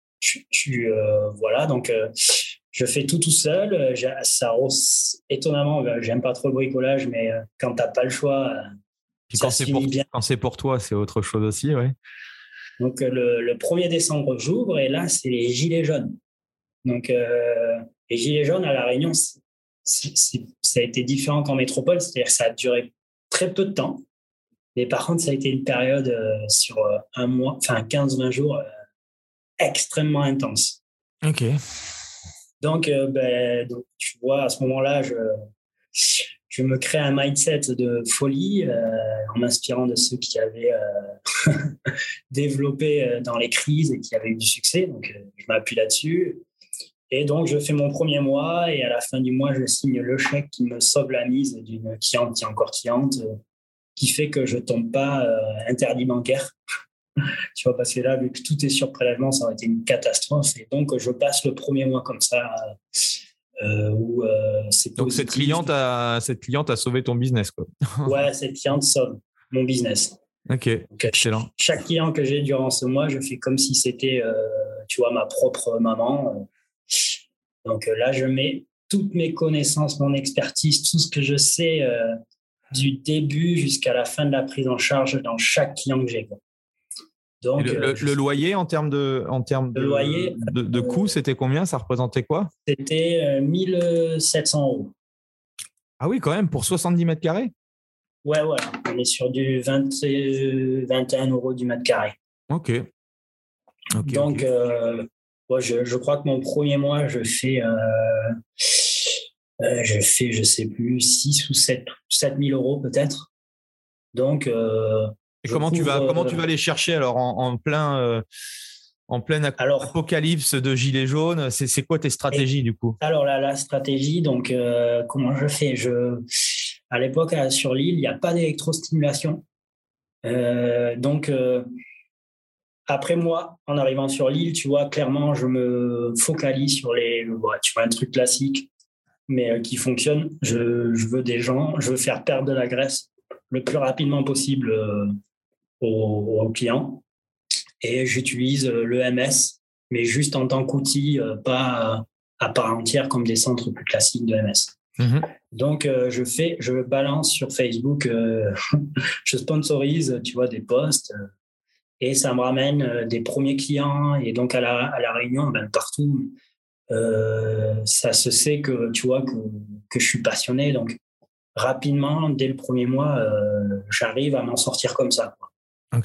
voilà. Donc, je fais tout seul. Étonnamment, j'aime pas trop le bricolage, mais quand tu n'as pas le choix, quand c'est pour toi, c'est autre chose aussi, ouais. Donc, le 1er décembre, j'ouvre et là, c'est les gilets jaunes. Donc, les gilets jaunes à La Réunion, ça a été différent qu'en métropole, c'est-à-dire que ça a duré très peu de temps. Mais par contre, ça a été une période sur un mois, enfin 15-20 jours, extrêmement intense. OK. Donc, tu vois, à ce moment-là, je me crée un mindset de folie en m'inspirant de ceux qui avaient développé dans les crises et qui avaient eu du succès. Donc, je m'appuie là-dessus. Et donc, je fais mon premier mois et à la fin du mois, je signe le chèque qui me sauve la mise d'une cliente qui est encore cliente, qui fait que je ne tombe pas interdit bancaire. Tu vois, parce que là, vu que tout est sur prélèvement, ça aurait été une catastrophe. Et donc, je passe le premier mois comme ça. C'est donc, cette cliente a sauvé ton business, quoi. Ouais, cette cliente sauve mon business. OK, donc, excellent. Chaque client que j'ai durant ce mois, je fais comme si c'était, tu vois, ma propre maman. Donc là, je mets toutes mes connaissances, mon expertise, tout ce que je sais du début jusqu'à la fin de la prise en charge dans chaque client que j'ai. Donc, le loyer en termes de coût, c'était combien? Ça représentait quoi? C'était 1 700 €. Ah oui, quand même, pour 70 mètres carrés? Ouais, on est sur du 21 € du mètre carré. OK. Donc, je crois que mon premier mois, je fais, je sais plus, 6 ou 7 000 € peut-être. Donc, et comment tu vas les chercher alors en plein apocalypse de gilets jaunes? C'est quoi tes stratégies du coup? Alors la stratégie, donc comment je fais? À l'époque sur l'île, il n'y a pas d'électrostimulation. Donc après moi, en arrivant sur l'île, tu vois, clairement, je me focalise sur tu vois, un truc classique, mais qui fonctionne. Je veux faire perdre de la graisse le plus rapidement possible aux clients. Et j'utilise l'EMS, mais juste en tant qu'outil, pas à part entière comme des centres plus classiques de MS. Mm-hmm. Donc, je balance sur Facebook, je sponsorise, tu vois, des posts. et ça me ramène des premiers clients. Et donc, à la Réunion, ben, partout, ça se sait que, tu vois, que je suis passionné. Donc, rapidement, dès le premier mois, j'arrive à m'en sortir comme ça, quoi. Ok.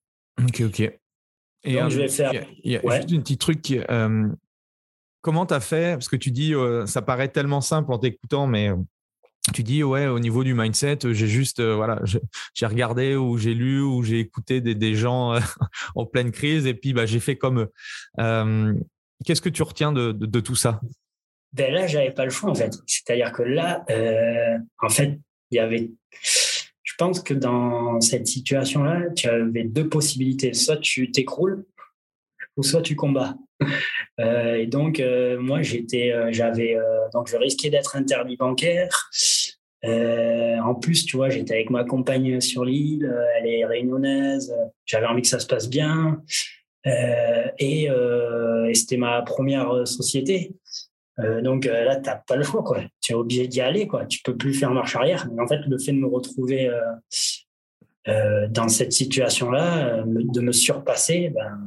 Et donc, je vais faire… Il y a juste une petite truc. Comment tu as fait? Parce que tu dis, ça paraît tellement simple en t'écoutant, mais tu dis, ouais, au niveau du mindset, j'ai juste, j'ai regardé ou j'ai lu ou j'ai écouté des gens en pleine crise et puis j'ai fait comme eux. Qu'est-ce que tu retiens de tout ça? Ben là, j'avais pas le choix, en fait. C'est-à-dire que là, en fait, il y avait… Je pense que dans cette situation-là, tu avais deux possibilités. Soit tu t'écroules ou soit tu combats. Et donc, moi, donc je risquais d'être interdit bancaire. En plus, tu vois, j'étais avec ma compagne sur l'île, elle est réunionnaise, j'avais envie que ça se passe bien. Et c'était ma première société. Donc là, tu n'as pas le choix, quoi. Tu es obligé d'y aller, quoi. Tu peux plus faire marche arrière. Mais en fait, le fait de me retrouver dans cette situation-là, de me surpasser, ben,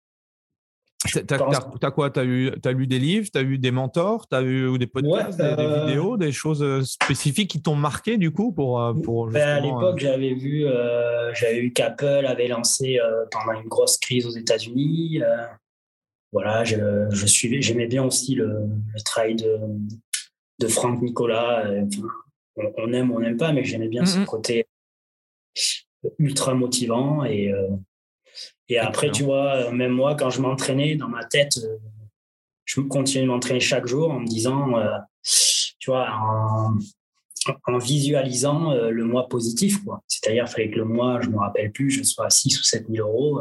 T'as quoi? T'as lu des livres, t'as eu des mentors, t'as eu des podcasts, des vidéos, des choses spécifiques qui t'ont marqué du coup pour à l'époque, j'avais vu qu'Apple avait lancé pendant une grosse crise aux États-Unis. Voilà, j'aimais bien aussi le travail de Franck Nicolas. On aime ou on n'aime pas, mais j'aimais bien ce côté ultra motivant. Et après, tu vois, même moi, quand je m'entraînais dans ma tête, je continuais de m'entraîner chaque jour en me disant, tu vois, en visualisant le mois positif, quoi. C'est-à-dire, il fallait que le mois, je ne me rappelle plus, je sois à 6 ou 7 000 euros.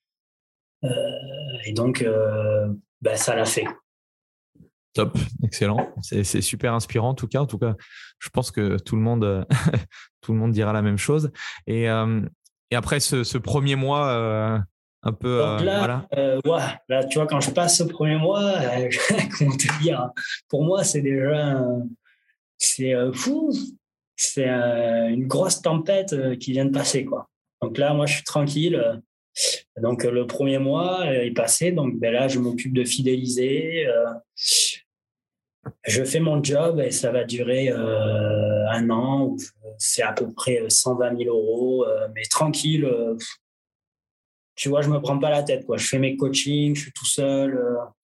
Et donc, ça l'a fait. Top, excellent. C'est super inspirant en tout cas. Je pense que tout le monde dira la même chose. Et après ce premier mois, un peu… Donc là, là, tu vois, quand je passe ce premier mois, comment te dire, pour moi, c'est déjà… c'est fou. C'est une grosse tempête qui vient de passer, quoi. Donc là, moi, je suis tranquille. Donc, le premier mois est passé. Donc, là, je m'occupe de fidéliser. Je fais mon job et ça va durer 1 an. Où c'est à peu près 120 000 euros. Mais tranquille. Tu vois, je me prends pas la tête, quoi. Je fais mes coachings, je suis tout seul.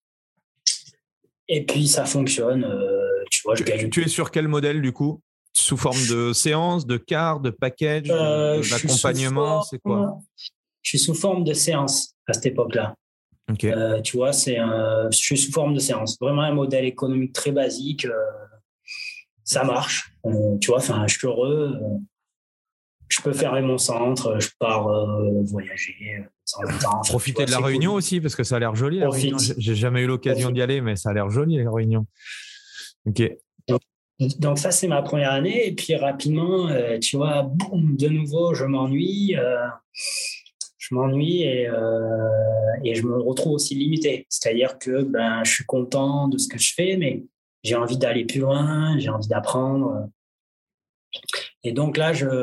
Et puis, ça fonctionne. Tu vois, je gagne. Tu es sur quel modèle, du coup? Sous forme de séance, de carte, de package, d'accompagnement, c'est quoi? Je suis sous forme de séance à cette époque-là. Okay. Tu vois, je suis sous forme de séance. Vraiment un modèle économique très basique. Ça marche. Tu vois, je suis heureux. Je peux fermer mon centre. Je pars voyager. Profiter de la Réunion aussi, parce que ça a l'air joli. La Réunion. J'ai jamais eu l'occasion d'y aller, mais ça a l'air joli, la Réunion. Ok. Donc ça, c'est ma première année. Et puis rapidement, tu vois, boum, de nouveau, je m'ennuie. Je m'ennuie et je me retrouve aussi limité. C'est-à-dire que je suis content de ce que je fais, mais j'ai envie d'aller plus loin, j'ai envie d'apprendre. Et donc là, je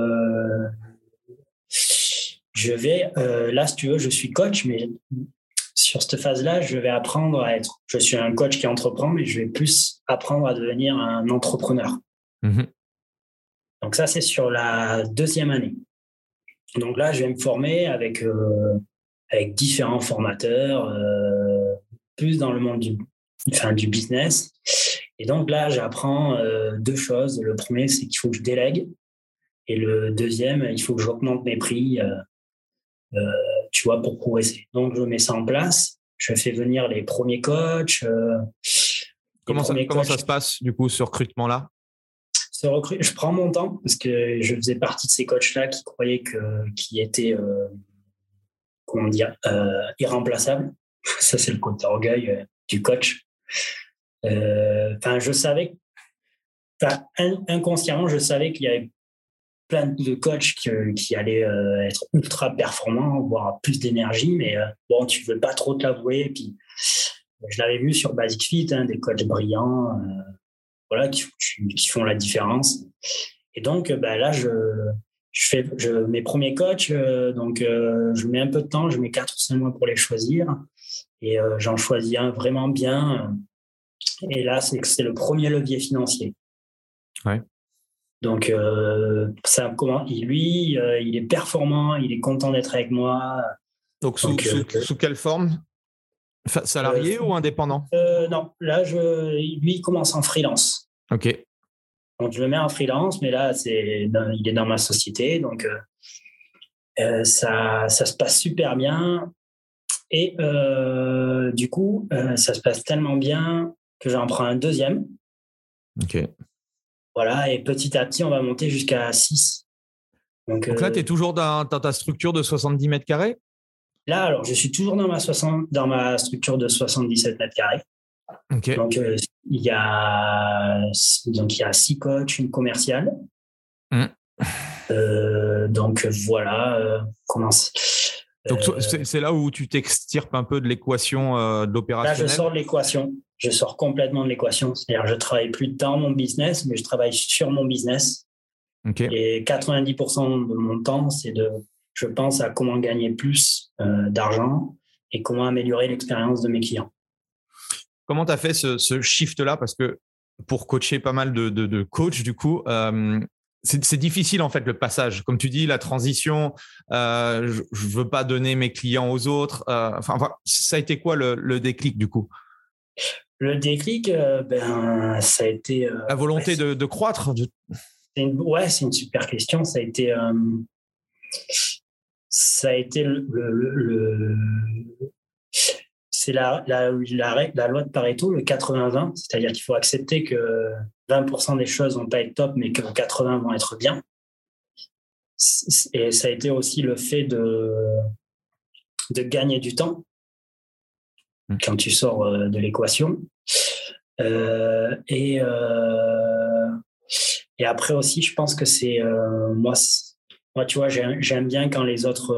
vais… là, si tu veux, je suis coach, mais sur cette phase-là, je vais apprendre à être… Je suis un coach qui entreprend, mais je vais plus apprendre à devenir un entrepreneur. Mmh. Donc ça, c'est sur la 2e année. Donc là, je vais me former avec différents formateurs, plus dans le monde du business. Et donc là, j'apprends 2 choses. Le premier, c'est qu'il faut que je délègue. Et le deuxième, il faut que j'augmente mes prix, tu vois, pour progresser. Donc, je mets ça en place. Je fais venir les premiers coachs. Comment ça se passe, du coup, ce recrutement-là? Je prends mon temps parce que je faisais partie de ces coachs-là qui croyaient qu'ils étaient, irremplaçables. Ça, c'est le côté orgueil du coach. Je savais, inconsciemment, je savais qu'il y avait plein de coachs qui allaient être ultra performants, voire plus d'énergie, mais bon, tu veux pas trop te l'avouer. Et puis, je l'avais vu sur Basic Fit, des coachs brillants, voilà, qui font la différence. Et donc, là, mes premiers coachs, donc je mets un peu de temps, je mets 4 ou 5 mois pour les choisir. Et j'en choisis un vraiment bien. Et là, c'est le premier levier financier. Ouais. Donc, il est performant, il est content d'être avec moi. Donc, sous quelle forme? Salarié ou indépendant? Non, là, lui, il commence en freelance. OK. Donc, je le mets en freelance, mais là, il est dans ma société. Donc, ça se passe super bien. Et du coup, ça se passe tellement bien que j'en prends un deuxième. OK. Voilà, et petit à petit, on va monter jusqu'à 6. Donc là, tu es toujours dans ta structure de 70 mètres carrés? Là, alors, je suis toujours dans ma structure de 77 mètres carrés. Okay. Donc, il y a 6 coachs, une commerciale. Donc, voilà. Donc, c'est là où tu t'extirpes un peu de l'équation de l'opérationnel? Là, je sors de l'équation. Je sors complètement de l'équation. C'est-à-dire, je ne travaille plus dans mon business, mais je travaille sur mon business. Okay. Et 90% de mon temps, je pense à comment gagner plus d'argent et comment améliorer l'expérience de mes clients. Comment tu as fait ce shift-là? Parce que pour coacher pas mal de coachs, du coup, c'est difficile en fait le passage. Comme tu dis, la transition, je ne veux pas donner mes clients aux autres. Ça a été quoi le déclic du coup? Le déclic, ça a été… la volonté de croître. C'est une super question. Ça a été c'est la loi de Pareto, le 80-20, c'est-à-dire qu'il faut accepter que 20% des choses vont pas être top, mais que 80 vont être bien. Et ça a été aussi le fait de gagner du temps quand tu sors de l'équation. Et après aussi, je pense que c'est moi, tu vois, j'aime bien quand les autres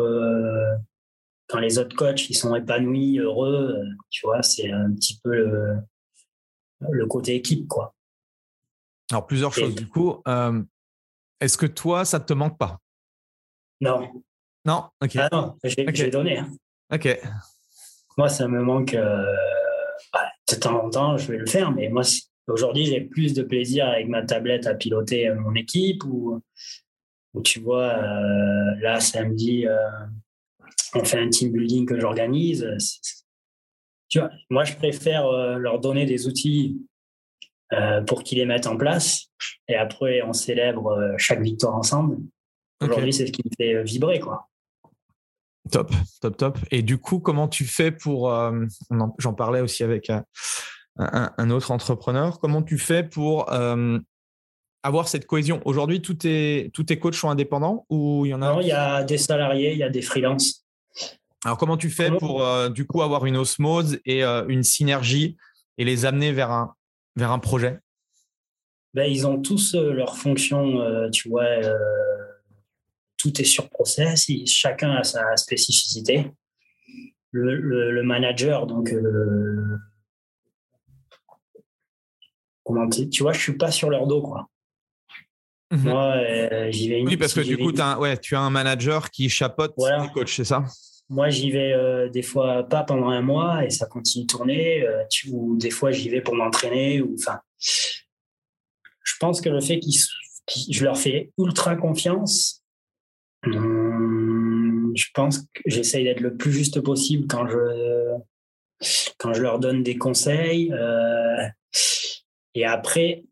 coachs ils sont épanouis, heureux, tu vois, c'est un petit peu le côté équipe, quoi. Alors, plusieurs choses du coup. Est-ce que toi, ça ne te manque pas? Non. Non? OK. Ah non, j'ai donné. Hein. OK. Moi, ça me manque… de temps en temps, je vais le faire, mais moi, aujourd'hui, j'ai plus de plaisir avec ma tablette à piloter mon équipe ou tu vois, là, samedi, on fait un team building que j'organise. Tu vois, moi, je préfère leur donner des outils pour qu'ils les mettent en place et après, on célèbre chaque victoire ensemble. Aujourd'hui, c'est ce qui me fait vibrer, quoi. Top. Et du coup, comment tu fais pour… j'en parlais aussi avec un autre entrepreneur. Comment tu fais pour avoir cette cohésion? Aujourd'hui, tous tes coachs sont indépendants ou il y en a? Non, il y a des salariés, il y a des freelances. Alors, comment tu fais pour du coup avoir une osmose et une synergie et les amener vers un projet? Ils ont tous leur fonction, tu vois. Tout est sur process, chacun a sa spécificité. Le manager, donc, tu vois, je suis pas sur leur dos, quoi. Moi, j'y vais. Oui, parce que du coup, tu as un manager qui chapeaute les coachs, c'est ça? Moi, j'y vais des fois pas pendant un mois et ça continue de tourner. Ou des fois, j'y vais pour m'entraîner. Je pense que le fait je leur fais ultra confiance. Je pense que j'essaye d'être le plus juste possible quand je leur donne des conseils. Et après,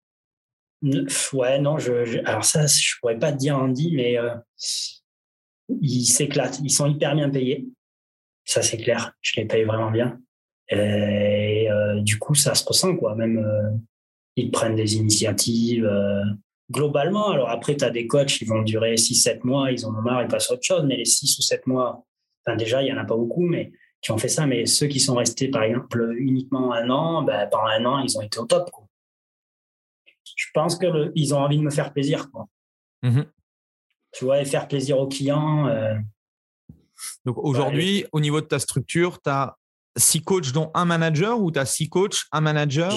alors ça, je pourrais pas te dire, Andy, mais ils s'éclatent. Ils sont hyper bien payés. Ça, c'est clair. Je les paye vraiment bien. Et du coup, ça se ressent, quoi. Même, ils prennent des initiatives. Globalement, alors après, tu as des coachs qui vont durer 6-7 mois, ils en ont marre, ils passent à autre chose, mais les 6 ou 7 mois, déjà, il n'y en a pas beaucoup, mais qui ont fait ça, mais ceux qui sont restés, par exemple, uniquement un an, pendant un an, ils ont été au top, quoi. Je pense qu'ils ont envie de me faire plaisir, quoi. Mm-hmm. Tu vois, et faire plaisir aux clients. Donc aujourd'hui, au niveau de ta structure, tu as 6 coachs dont un manager ou tu as 6 coachs, un manager?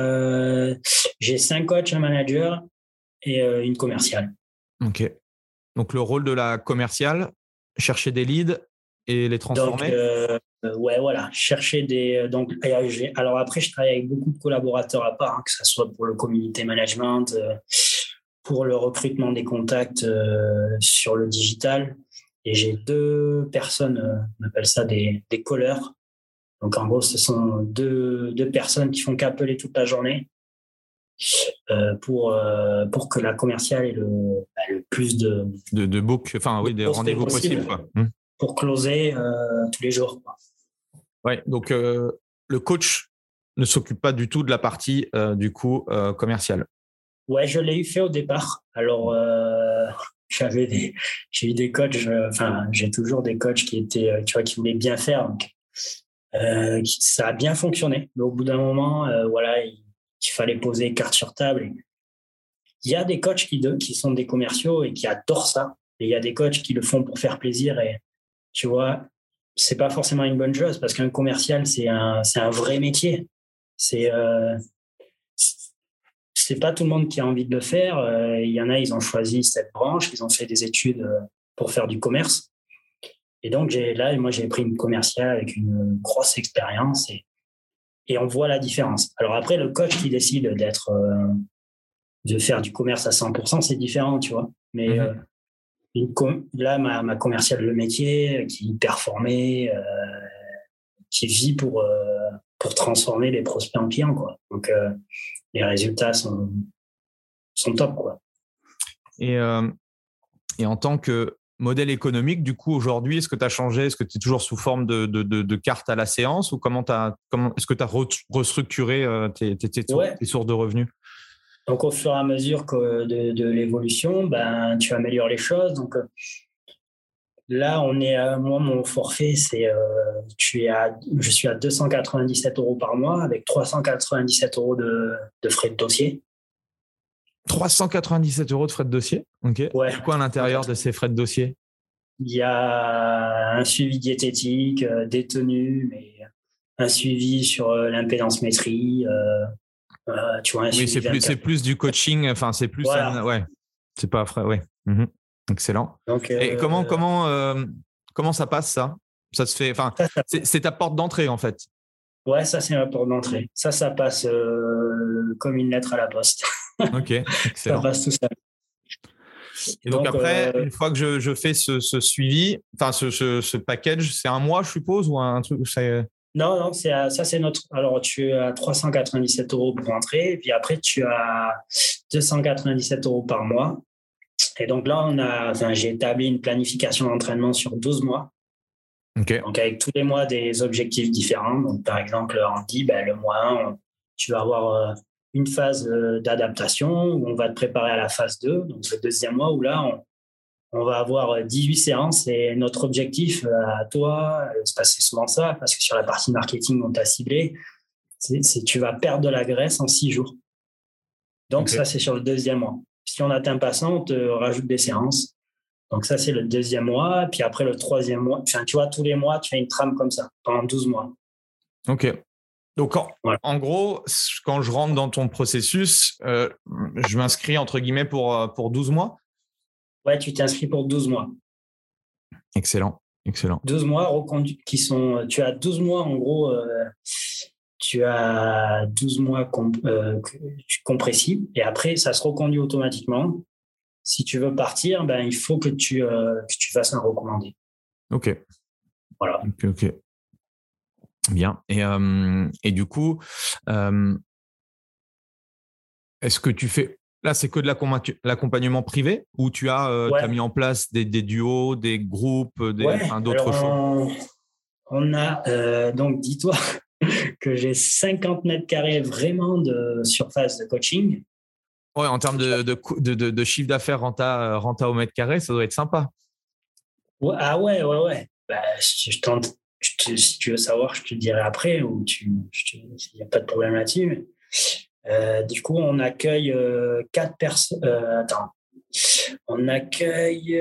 J'ai 5 coachs, un manager et une commerciale. OK. Donc, le rôle de la commerciale, chercher des leads et les transformer. Donc, voilà, chercher des. Donc, alors après, je travaille avec beaucoup de collaborateurs à part, que ce soit pour le community management, pour le recrutement des contacts sur le digital. Et j'ai 2 personnes, on appelle ça des callers. Donc, en gros, ce sont deux personnes qui font qu'appeler toute la journée pour que la commerciale ait le plus de book, des rendez-vous possibles. Pour closer tous les jours. Ouais, donc le coach ne s'occupe pas du tout de la partie commerciale. Ouais, je l'ai fait au départ. Alors, j'ai eu des coachs, j'ai toujours des coachs qui étaient, qui voulaient bien faire. Donc, ça a bien fonctionné. Mais au bout d'un moment, il fallait poser carte sur table. Il y a des coachs qui sont des commerciaux et qui adorent ça. Et il y a des coachs qui le font pour faire plaisir. Et tu vois, c'est pas forcément une bonne chose parce qu'un commercial, c'est un vrai métier. C'est pas tout le monde qui a envie de le faire. Il y en a, ils ont choisi cette branche, ils ont fait des études pour faire du commerce. Et donc, j'ai pris une commerciale avec une grosse expérience et on voit la différence. Alors après, le coach qui décide de faire du commerce à 100%, c'est différent, tu vois. Mais là, ma commerciale le métier, qui performait, qui vit pour transformer les prospects en clients, quoi. Donc, les résultats sont top, quoi. Et en tant que modèle économique, du coup, aujourd'hui, est-ce que tu as changé? Est-ce que tu es toujours sous forme de carte à la séance ou est-ce que tu as restructuré tes sources de revenus? Donc, au fur et à mesure de l'évolution, tu améliores les choses. Donc, là, moi, mon forfait, je suis à 297 € par mois avec 397 € de frais de dossier. 397 € de frais de dossier. Ok. Ouais. Il y a quoi à l'intérieur de ces frais de dossier? Il y a un suivi diététique, des tenues, mais un suivi sur l'impédance-métrie. Tu vois, oui, c'est plus du coaching. Enfin, c'est plus. Voilà. Ouais. C'est pas frais. Ouais. Excellent. Donc, et comment ça passe ça? Ça se fait. Enfin, c'est ta porte d'entrée en fait. Ouais, ça c'est ma porte d'entrée. Ça passe comme une lettre à la poste. Ok, excellent. Ça passe tout seul. Et donc après, une fois que je fais ce suivi, enfin ce package, c'est un mois, je suppose, ou un truc. Non, ça c'est notre. Alors tu as 397 € pour entrer, et puis après tu as 297 € par mois. Et donc là, j'ai établi une planification d'entraînement sur 12 mois. Okay. Donc avec tous les mois des objectifs différents. Donc par exemple, on dit le mois 1, tu vas avoir une phase d'adaptation où on va te préparer à la phase 2, donc le deuxième mois où là, on va avoir 18 séances et notre objectif à toi, c'est souvent ça, parce que sur la partie marketing, on t'a ciblé, c'est tu vas perdre de la graisse en 6 jours. Donc ça, c'est sur le deuxième mois. Si on n'atteint pas ça, on te rajoute des séances. Donc ça, c'est le deuxième mois. Puis après, le troisième mois, tu vois, tous les mois, tu fais une trame comme ça pendant 12 mois. OK. Donc, en gros, quand je rentre dans ton processus, je m'inscris entre guillemets pour 12 mois. Ouais, tu t'inscris pour 12 mois. Excellent. 12 mois reconduits qui sont. Tu as 12 mois, en gros, tu as 12 mois compressibles et après, ça se reconduit automatiquement. Si tu veux partir, il faut que tu fasses un recommandé. OK. Voilà. OK. Bien. Et du coup, est-ce que tu fais… Là, c'est que de l'accompagnement privé ou tu as mis en place des duos, des groupes, d'autres choses? On a… donc, dis-toi que j'ai 50 mètres carrés vraiment de surface de coaching. Ouais, en termes de chiffre d'affaires renta au mètre carré, ça doit être sympa. Ouais, ah ouais. Si tu veux savoir, je te dirai après, ou il n'y a pas de problème là-dessus. Du coup, on accueille 4 personnes. On accueille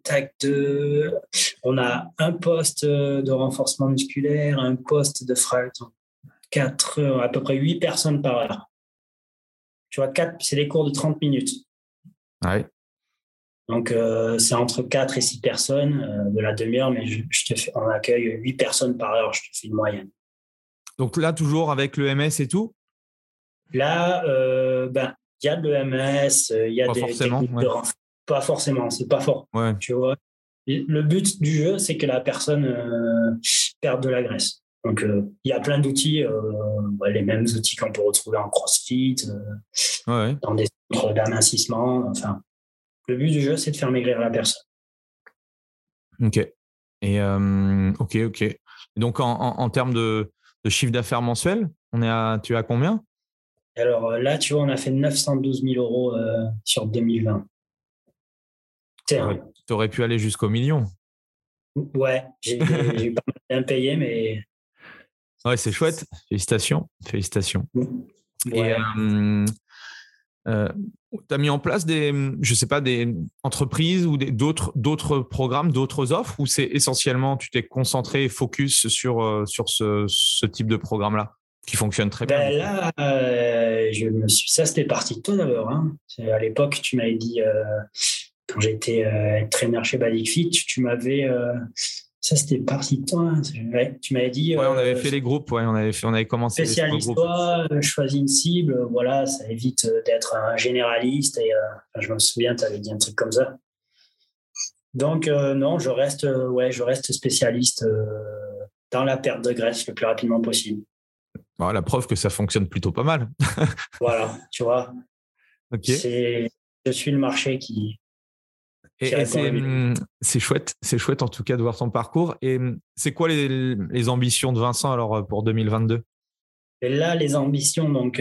on a un poste de renforcement musculaire, un poste de fraction, à peu près 8 personnes par heure. Tu vois, 4, c'est des cours de 30 minutes. Ouais. Donc, c'est entre 4 et 6 personnes de la demi-heure, mais on accueille 8 personnes par heure, je te fais une moyenne. Donc là, toujours avec l'EMS et tout? Là, il y a de l'EMS, il y a des techniques de renfort. Pas forcément, c'est pas fort. Ouais. Tu vois, le but du jeu, c'est que la personne perde de la graisse. Donc, il y a plein d'outils, les mêmes outils qu'on peut retrouver en CrossFit, dans des centres d'amincissement. Enfin, le but du jeu, c'est de faire maigrir la personne. Ok. Et ok. Et donc, en termes de chiffre d'affaires mensuel, tu es à combien? Alors là, tu vois, on a fait 912 000 euros sur 2020. Tu aurais pu aller jusqu'au million. Ouais, j'ai eu pas mal d'impayés, mais... Ouais, c'est chouette. Félicitations. Ouais. Et tu as mis en place des entreprises ou d'autres programmes, d'autres offres, ou c'est essentiellement, tu t'es concentré et focus sur ce type de programme-là qui fonctionne très bien? Là, ça, c'était parti de toi d'abord. Hein. À l'époque, tu m'avais dit, quand j'étais traîneur chez Basic Fit, tu m'avais... ça, c'était parti de toi. Hein. Ouais, tu m'avais dit... on avait fait les groupes, on avait commencé les groupes. Spécialise-toi, choisis une cible, voilà, ça évite d'être un généraliste. Et je me souviens, tu avais dit un truc comme ça. Donc, non, je reste spécialiste dans la perte de graisse le plus rapidement possible. Bon, la preuve que ça fonctionne plutôt pas mal. Voilà, tu vois. Okay. Je suis le marché qui... Et c'est chouette en tout cas de voir ton parcours. Et c'est quoi les ambitions de Vincent alors pour 2022? Et là, les ambitions, donc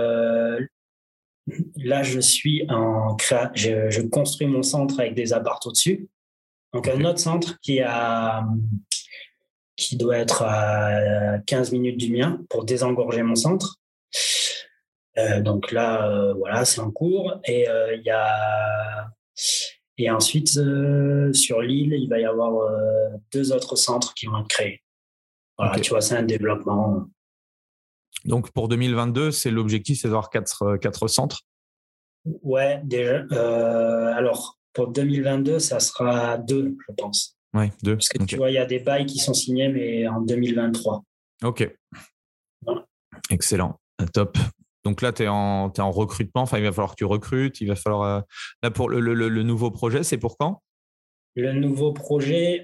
là, je suis je construis mon centre avec des apparts au-dessus. Donc un autre centre qui doit être à 15 minutes du mien pour désengorger mon centre. Donc là, voilà, c'est en cours. Et il y a... Et ensuite, sur l'île, il va y avoir 2 autres centres qui vont être créés. Voilà, tu vois, c'est un développement. Donc, pour 2022, c'est l'objectif, c'est d'avoir 4 centres? Ouais, déjà. Alors, pour 2022, ça sera 2, je pense. Ouais, 2. Parce que tu vois, il y a des bails qui sont signés, mais en 2023. Ok. Voilà. Excellent. Top. Donc là, tu es en recrutement. Enfin, il va falloir que tu recrutes. Il va falloir. Là, pour le nouveau projet, c'est pour quand? Le nouveau projet,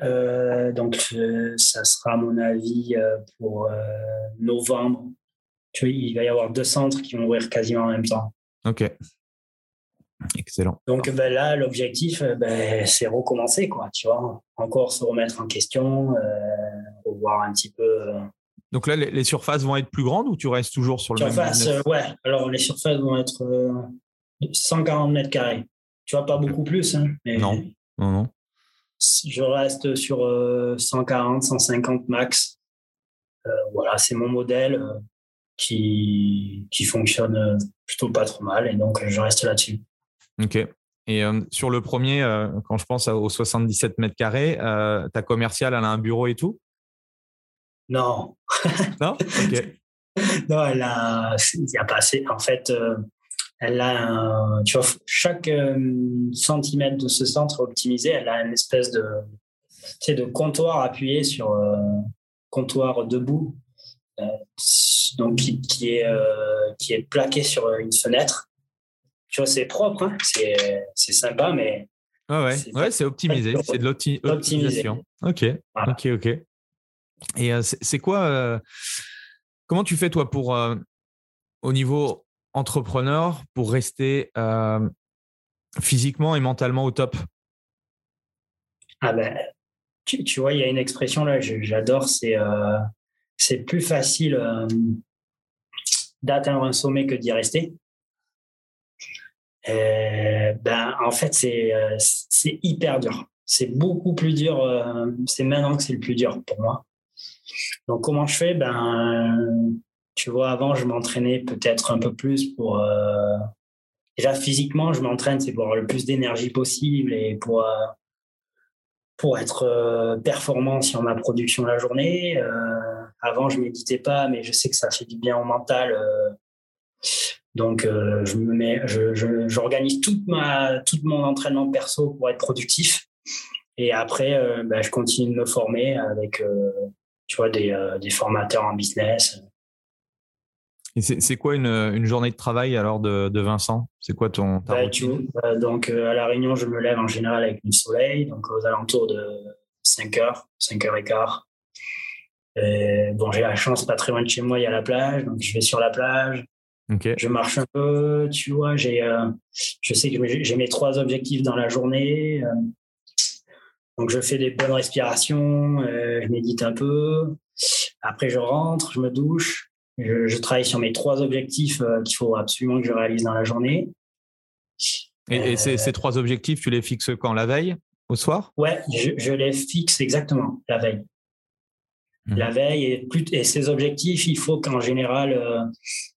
ça sera, à mon avis, pour novembre. Tu vois, il va y avoir 2 centres qui vont ouvrir quasiment en même temps. Ok. Excellent. Donc là, l'objectif, c'est recommencer, quoi. Tu vois, encore se remettre en question, revoir un petit peu. Donc là, les surfaces vont être plus grandes ou tu restes toujours sur le même business? Ouais. Alors, les surfaces vont être 140 mètres carrés. Tu vois, pas beaucoup plus. Hein, mais non. Je reste sur 140, 150 max. Voilà, c'est mon modèle qui fonctionne plutôt pas trop mal. Et donc, je reste là-dessus. Ok. Et sur le premier, quand je pense aux 77 mètres carrés, ta commerciale, elle a un bureau et tout? Non. Non? Ok. Non, il n'y a pas assez. En fait, elle a tu vois, chaque centimètre de ce centre optimisé, elle a une espèce de comptoir appuyé sur comptoir debout, donc qui est plaqué sur une fenêtre. Tu vois, c'est propre, hein, c'est sympa, mais ouais, c'est optimisé, c'est de l'optimisation. Ok, voilà. Ok. Et c'est quoi comment tu fais toi pour au niveau entrepreneur pour rester physiquement et mentalement au top? Ah ben, tu vois, il y a une expression là, j'adore, c'est plus facile d'atteindre un sommet que d'y rester. En fait, c'est hyper dur. C'est beaucoup plus dur. C'est maintenant que c'est le plus dur pour moi. Donc, comment je fais? Tu vois, avant, je m'entraînais peut-être un peu plus pour... Déjà, physiquement, je m'entraîne, c'est pour avoir le plus d'énergie possible et pour être performant sur ma production la journée. Avant, je méditais pas, mais je sais que ça fait du bien au mental Donc, j'organise tout mon entraînement perso pour être productif. Et après, je continue de me former avec, des formateurs en business. Et c'est quoi une journée de travail alors de Vincent? C'est quoi ta routine? Donc, à La Réunion, je me lève en général avec le soleil, donc aux alentours de 5h, 5h15. J'ai la chance, pas très loin de chez moi, il y a la plage, donc je vais sur la plage. Okay. Je marche un peu, tu vois, je sais que j'ai mes 3 objectifs dans la journée. Donc, je fais des bonnes respirations, je médite un peu. Après, je rentre, je me douche. Je travaille sur mes 3 objectifs qu'il faut absolument que je réalise dans la journée. Et ces 3 objectifs, tu les fixes quand? La veille? Au soir? Ouais, je les fixe exactement la veille. La veille, et ces objectifs, il faut qu'en général,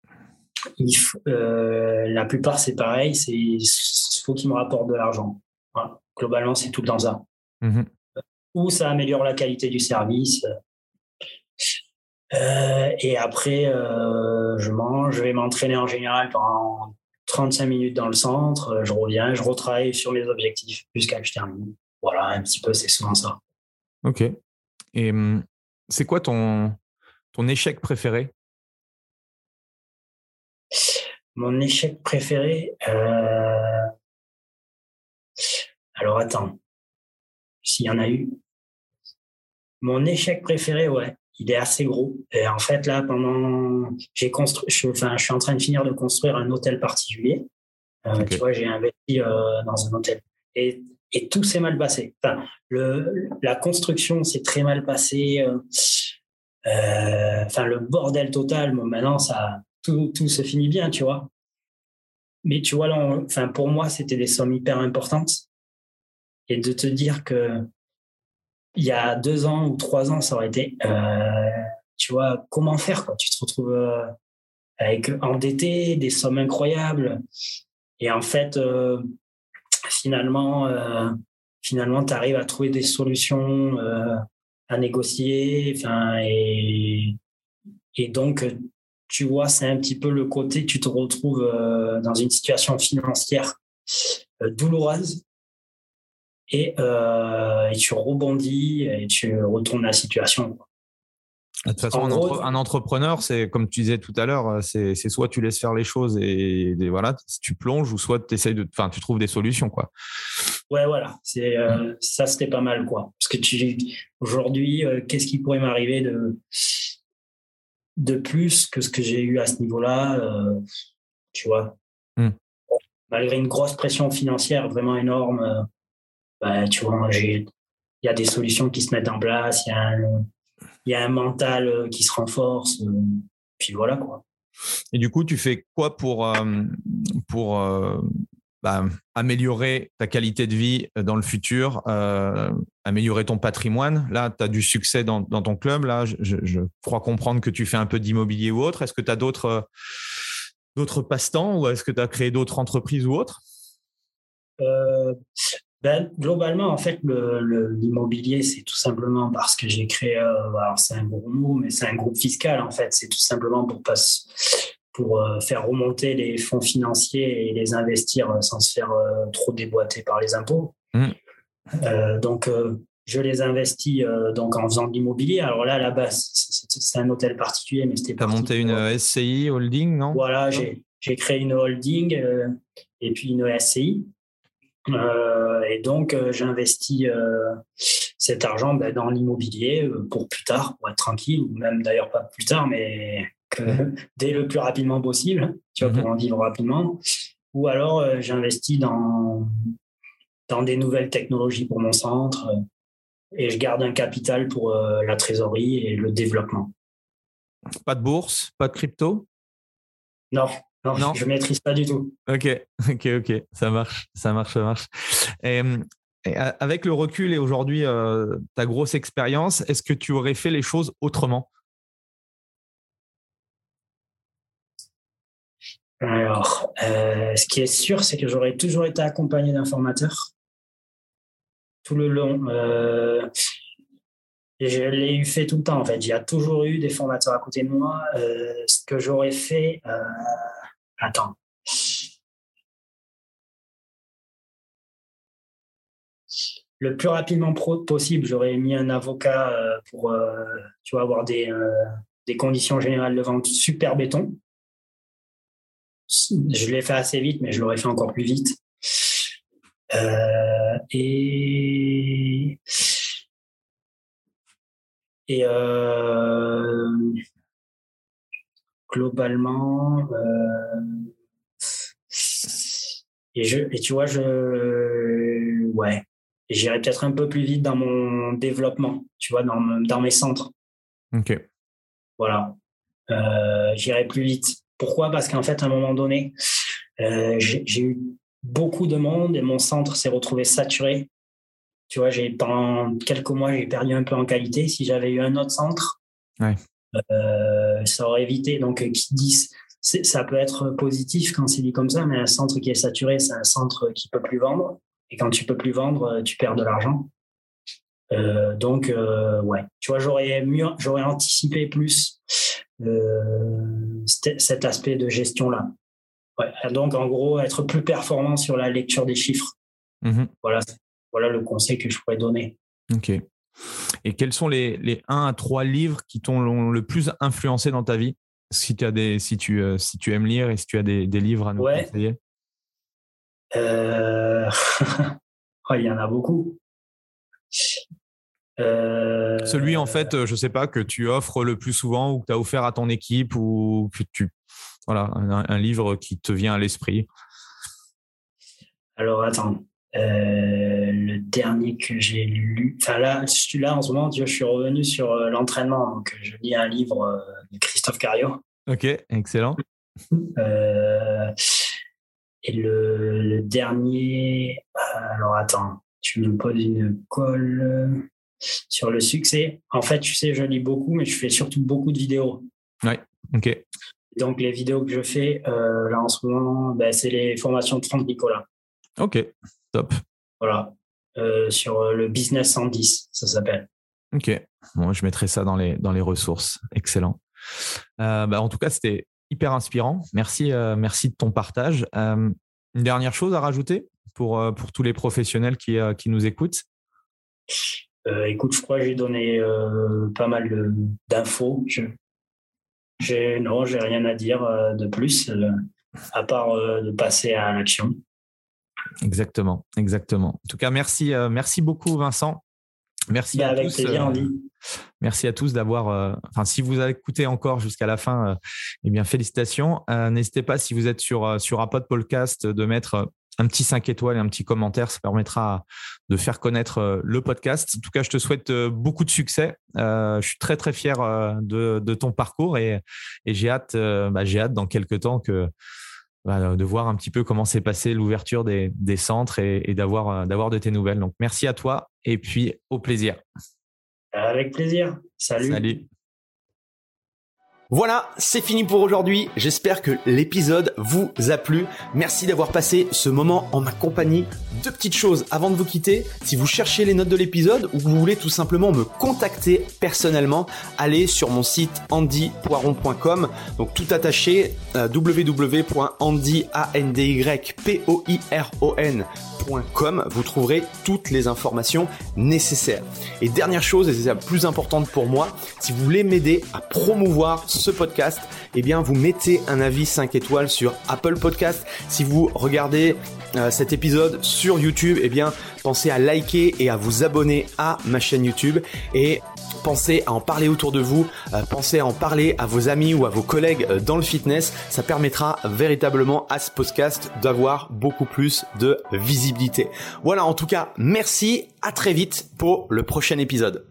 la plupart, c'est pareil, il faut qu'ils me rapportent de l'argent. Voilà. Globalement, c'est tout le temps ça. Ou ça améliore la qualité du service. Et après, je mange, je vais m'entraîner en général pendant 35 minutes dans le centre, je reviens, je retravaille sur mes objectifs jusqu'à ce que je termine. Voilà, un petit peu, c'est souvent ça. Ok. Et c'est quoi ton échec préféré? Mon échec préféré, alors attends, s'il y en a eu. Mon échec préféré, ouais, il est assez gros. Et en fait, là, je suis en train de finir de construire un hôtel particulier. Okay. Tu vois, j'ai investi dans un hôtel. Et tout s'est mal passé. Enfin, la construction s'est très mal passée. Le bordel total. Bon, maintenant, tout se finit bien, tu vois. Mais tu vois, là, pour moi, c'était des sommes hyper importantes. Et de te dire que il y a 2 ans ou 3 ans, ça aurait été, tu vois, comment faire, quoi. Tu te retrouves avec endetté, des sommes incroyables. Et en fait, finalement, tu arrives à trouver des solutions, à négocier. Et donc, tu vois, c'est un petit peu le côté, tu te retrouves dans une situation financière douloureuse. Et tu rebondis et tu retournes la situation. De toute façon, un entrepreneur, c'est comme tu disais tout à l'heure, c'est soit tu laisses faire les choses et voilà, tu plonges, ou soit tu trouves des solutions, quoi. Ouais, voilà. Ça, c'était pas mal, quoi. Parce que aujourd'hui, qu'est-ce qui pourrait m'arriver de plus que ce que j'ai eu à ce niveau-là, tu vois. Malgré une grosse pression financière vraiment énorme, tu vois, il y a des solutions qui se mettent en place, il y a un mental qui se renforce, puis voilà, quoi. Et du coup, tu fais quoi pour améliorer ta qualité de vie dans le futur, améliorer ton patrimoine? Là, tu as du succès dans ton club. Là, je crois comprendre que tu fais un peu d'immobilier ou autre. Est-ce que tu as d'autres passe-temps, ou est-ce que tu as créé d'autres entreprises ou autres? Globalement, en fait, l'immobilier, c'est tout simplement parce que j'ai créé, alors c'est un gros mot, mais c'est un groupe fiscal, en fait. C'est tout simplement pour faire remonter les fonds financiers et les investir sans se faire trop déboîter par les impôts. Donc, je les investis donc en faisant de l'immobilier. Alors là, à la base, c'est un hôtel particulier, mais c'était parti. Tu as monté une SCI holding, non? Voilà, j'ai créé une holding et puis une SCI. Et donc, j'investis cet argent dans l'immobilier pour plus tard, pour être tranquille, ou même d'ailleurs pas plus tard, mais dès le plus rapidement possible, tu vois, pour en vivre rapidement. Ou alors, j'investis dans des nouvelles technologies pour mon centre et je garde un capital pour la trésorerie et le développement. Pas de bourse, pas de crypto? Non, je ne maîtrise pas du tout. Ok, ça marche. Et avec le recul et aujourd'hui, ta grosse expérience, est-ce que tu aurais fait les choses autrement? Alors, ce qui est sûr, c'est que j'aurais toujours été accompagné d'un formateur tout le long. Je l'ai fait tout le temps, en fait. Il y a toujours eu des formateurs à côté de moi. Ce que j'aurais fait, Attends. Le plus rapidement possible, j'aurais mis un avocat pour tu vois, avoir des conditions générales de vente super béton. Je l'ai fait assez vite, mais je l'aurais fait encore plus vite. Et globalement, et tu vois, ouais, j'irais peut-être un peu plus vite dans mon développement, tu vois, dans mes centres. Ok. Voilà, j'irais plus vite. Pourquoi ? Parce qu'en fait, à un moment donné, j'ai eu beaucoup de monde et mon centre s'est retrouvé saturé. Tu vois, pendant quelques mois, j'ai perdu un peu en qualité. Si j'avais eu un autre centre, ouais. Ça aurait évité. Donc, qui disent, ça peut être positif quand c'est dit comme ça, mais un centre qui est saturé, c'est un centre qui peut plus vendre. Et quand tu peux plus vendre, tu perds de l'argent. Donc, ouais. Tu vois, j'aurais anticipé plus cet aspect de gestion-là. Ouais. Donc, en gros, être plus performant sur la lecture des chiffres. Mmh. Voilà le conseil que je pourrais donner. Ok. Et quels sont les 1 à 3 livres qui t'ont le plus influencé dans ta vie ? Si tu aimes lire et si tu as des livres à nous conseiller. Il y en a beaucoup. Celui, en fait, je ne sais pas, que tu offres le plus souvent ou que tu as offert à ton équipe ou que voilà, un livre qui te vient à l'esprit. Alors, attends. Le dernier que j'ai lu, enfin là en ce moment, je suis revenu sur l'entraînement, donc je lis un livre de Christophe Cario. Ok, excellent. Et le dernier, alors attends, tu me poses une colle sur le succès. En fait, tu sais, je lis beaucoup, mais je fais surtout beaucoup de vidéos. Ouais, ok. Donc les vidéos que je fais là en ce moment, c'est les formations de Franck Nicolas. Ok, top. Voilà, sur le Business 110, ça s'appelle. Ok, bon, je mettrai ça dans les ressources. Excellent. En tout cas, c'était hyper inspirant. Merci de ton partage. Une dernière chose à rajouter pour tous les professionnels qui nous écoutent ? Écoute, je crois que j'ai donné pas mal d'infos. J'ai rien à dire de plus, à part de passer à l'action. Exactement. En tout cas, merci beaucoup, Vincent. Merci à tous. Plaisir, Andy. Merci à tous d'avoir. Si vous avez écouté encore jusqu'à la fin, félicitations. N'hésitez pas, si vous êtes sur Apple Podcast, de mettre un petit 5 étoiles et un petit commentaire. Ça permettra de faire connaître le podcast. En tout cas, je te souhaite beaucoup de succès. Je suis très, très fier de ton parcours et j'ai hâte dans quelques temps de voir un petit peu comment s'est passée l'ouverture des centres et d'avoir de tes nouvelles. Donc, merci à toi et puis au plaisir. Avec plaisir. Salut. Voilà, c'est fini pour aujourd'hui. J'espère que l'épisode vous a plu. Merci d'avoir passé ce moment en ma compagnie. 2 petites choses avant de vous quitter. Si vous cherchez les notes de l'épisode ou que vous voulez tout simplement me contacter personnellement, allez sur mon site andypoiron.com. Donc tout attaché, www.andypoiron.com. Vous trouverez toutes les informations nécessaires. Et dernière chose, et c'est la plus importante pour moi, si vous voulez m'aider à promouvoir ce podcast, vous mettez un avis 5 étoiles sur Apple Podcast. Si vous regardez cet épisode sur YouTube, pensez à liker et à vous abonner à ma chaîne YouTube et pensez à en parler autour de vous, pensez à en parler à vos amis ou à vos collègues dans le fitness. Ça permettra véritablement à ce podcast d'avoir beaucoup plus de visibilité. Voilà, en tout cas, merci, à très vite pour le prochain épisode.